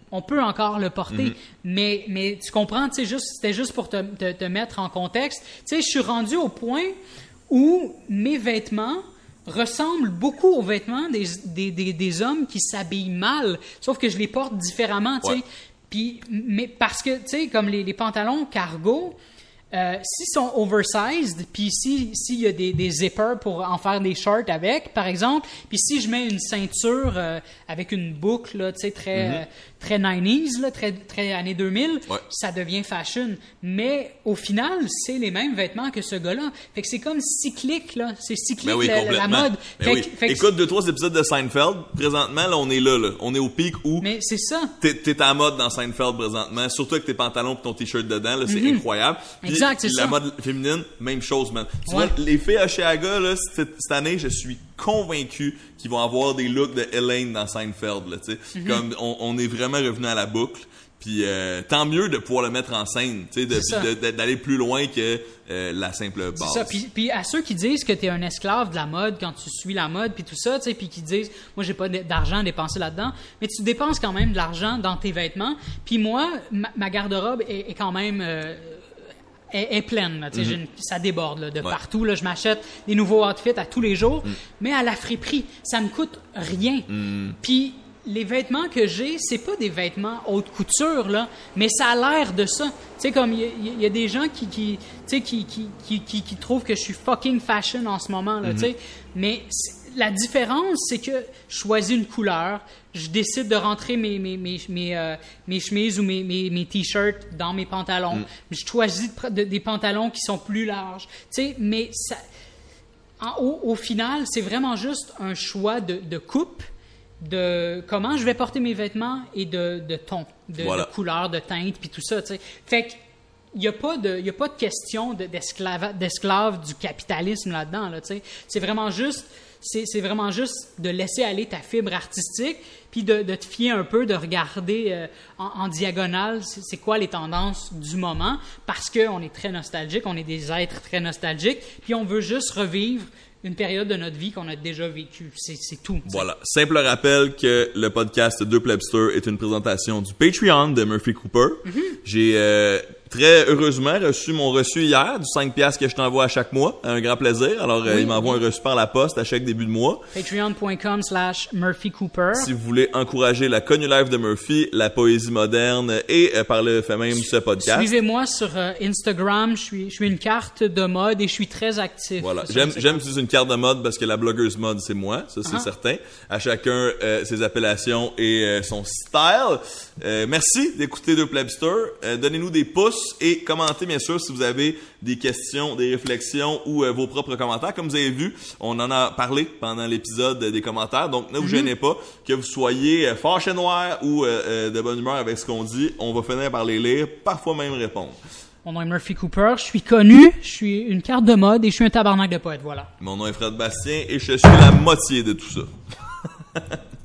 on peut encore le porter. Mais tu comprends, tu sais, c'était juste pour te mettre en contexte. Tu sais, je suis rendu au point où mes vêtements ressemblent beaucoup aux vêtements des hommes qui s'habillent mal, sauf que je les porte différemment, tu sais. Puis, mais parce que, tu sais, comme les pantalons cargo, s'ils sont oversized, puis s'il y a des zippers pour en faire des shorts avec, par exemple, puis si je mets une ceinture avec une boucle, là, tu sais, très 90s, là, très années 2000, ça devient fashion. Mais au final, c'est les mêmes vêtements que ce gars-là. Fait que c'est comme cyclique, là. C'est cyclique, la mode. Écoute 2-3 épisodes de Seinfeld. Présentement, là, on est là. On est au pic où... Mais c'est ça. T'es à la mode dans Seinfeld présentement, surtout avec tes pantalons et ton t-shirt dedans, là, c'est incroyable. Puis, exact, c'est ça. La mode féminine, même chose, man. Tu vois, les filles à Chiaga, là, cette année, je suis convaincu qu'ils vont avoir des looks de Elaine dans Seinfeld, là, tu sais. Comme, on est vraiment revenu à la boucle. Puis tant mieux de pouvoir le mettre en scène, tu sais, d'aller plus loin que la simple base. C'est ça. Puis à ceux qui disent que t'es un esclave de la mode quand tu suis la mode, puis tout ça, tu sais, puis qui disent, moi j'ai pas d'argent à dépenser là-dedans, mais tu dépenses quand même de l'argent dans tes vêtements. Puis moi, ma garde-robe est quand même est pleine, là, ça déborde là, de partout. Là, je m'achète des nouveaux outfits à tous les jours, mais à la friperie, ça me coûte rien. Puis les vêtements que j'ai, c'est pas des vêtements haute couture, là, mais ça a l'air de ça. Tu sais, comme il y a des gens qui trouvent que je suis fucking fashion en ce moment, là, tu sais. Mais la différence, c'est que je choisis une couleur, je décide de rentrer mes chemises ou mes t-shirts dans mes pantalons. Je choisis des pantalons qui sont plus larges. Tu sais, mais ça, au final, c'est vraiment juste un choix de coupe, de comment je vais porter mes vêtements et de ton, de couleur, de teinte, puis tout ça, tu sais. Fait que il n'y a pas de question d'esclave du capitalisme là-dedans, là, tu sais. C'est vraiment juste de laisser aller ta fibre artistique, puis de te fier un peu, de regarder en diagonale c'est quoi les tendances du moment, parce qu'on est très nostalgique, on est des êtres très nostalgiques, puis on veut juste revivre une période de notre vie qu'on a déjà vécue. C'est tout. T'sais. Voilà. Simple rappel que le podcast Deux Plebsters est une présentation du Patreon de Murphy Cooper. J'ai très heureusement reçu mon reçu hier, du 5$ que je t'envoie à chaque mois. Un grand plaisir. Alors, il m'envoie un reçu par la poste à chaque début de mois. Patreon.com/Murphy Cooper. Si vous voulez encourager la Connu Live de Murphy, la poésie moderne et par le fait même ce podcast. Suivez-moi sur Instagram. Je suis une carte de mode et je suis très actif. Voilà. J'aime utiliser une carte de mode parce que la blogueuse mode, c'est moi. Ça, c'est certain. À chacun ses appellations et son style. Merci d'écouter Deux Plebsters. Donnez-nous des pouces et commentez bien sûr si vous avez des questions, des réflexions ou vos propres commentaires. Comme vous avez vu, on en a parlé pendant l'épisode des commentaires, donc ne vous gênez pas, que vous soyez fâché noir ou de bonne humeur avec ce qu'on dit, on va finir par les lire, parfois même répondre. Mon nom est Murphy Cooper, je suis connu, je suis une carte de mode et je suis un tabarnak de poète, voilà. Mon nom est Fred Bastien et je suis la moitié de tout ça.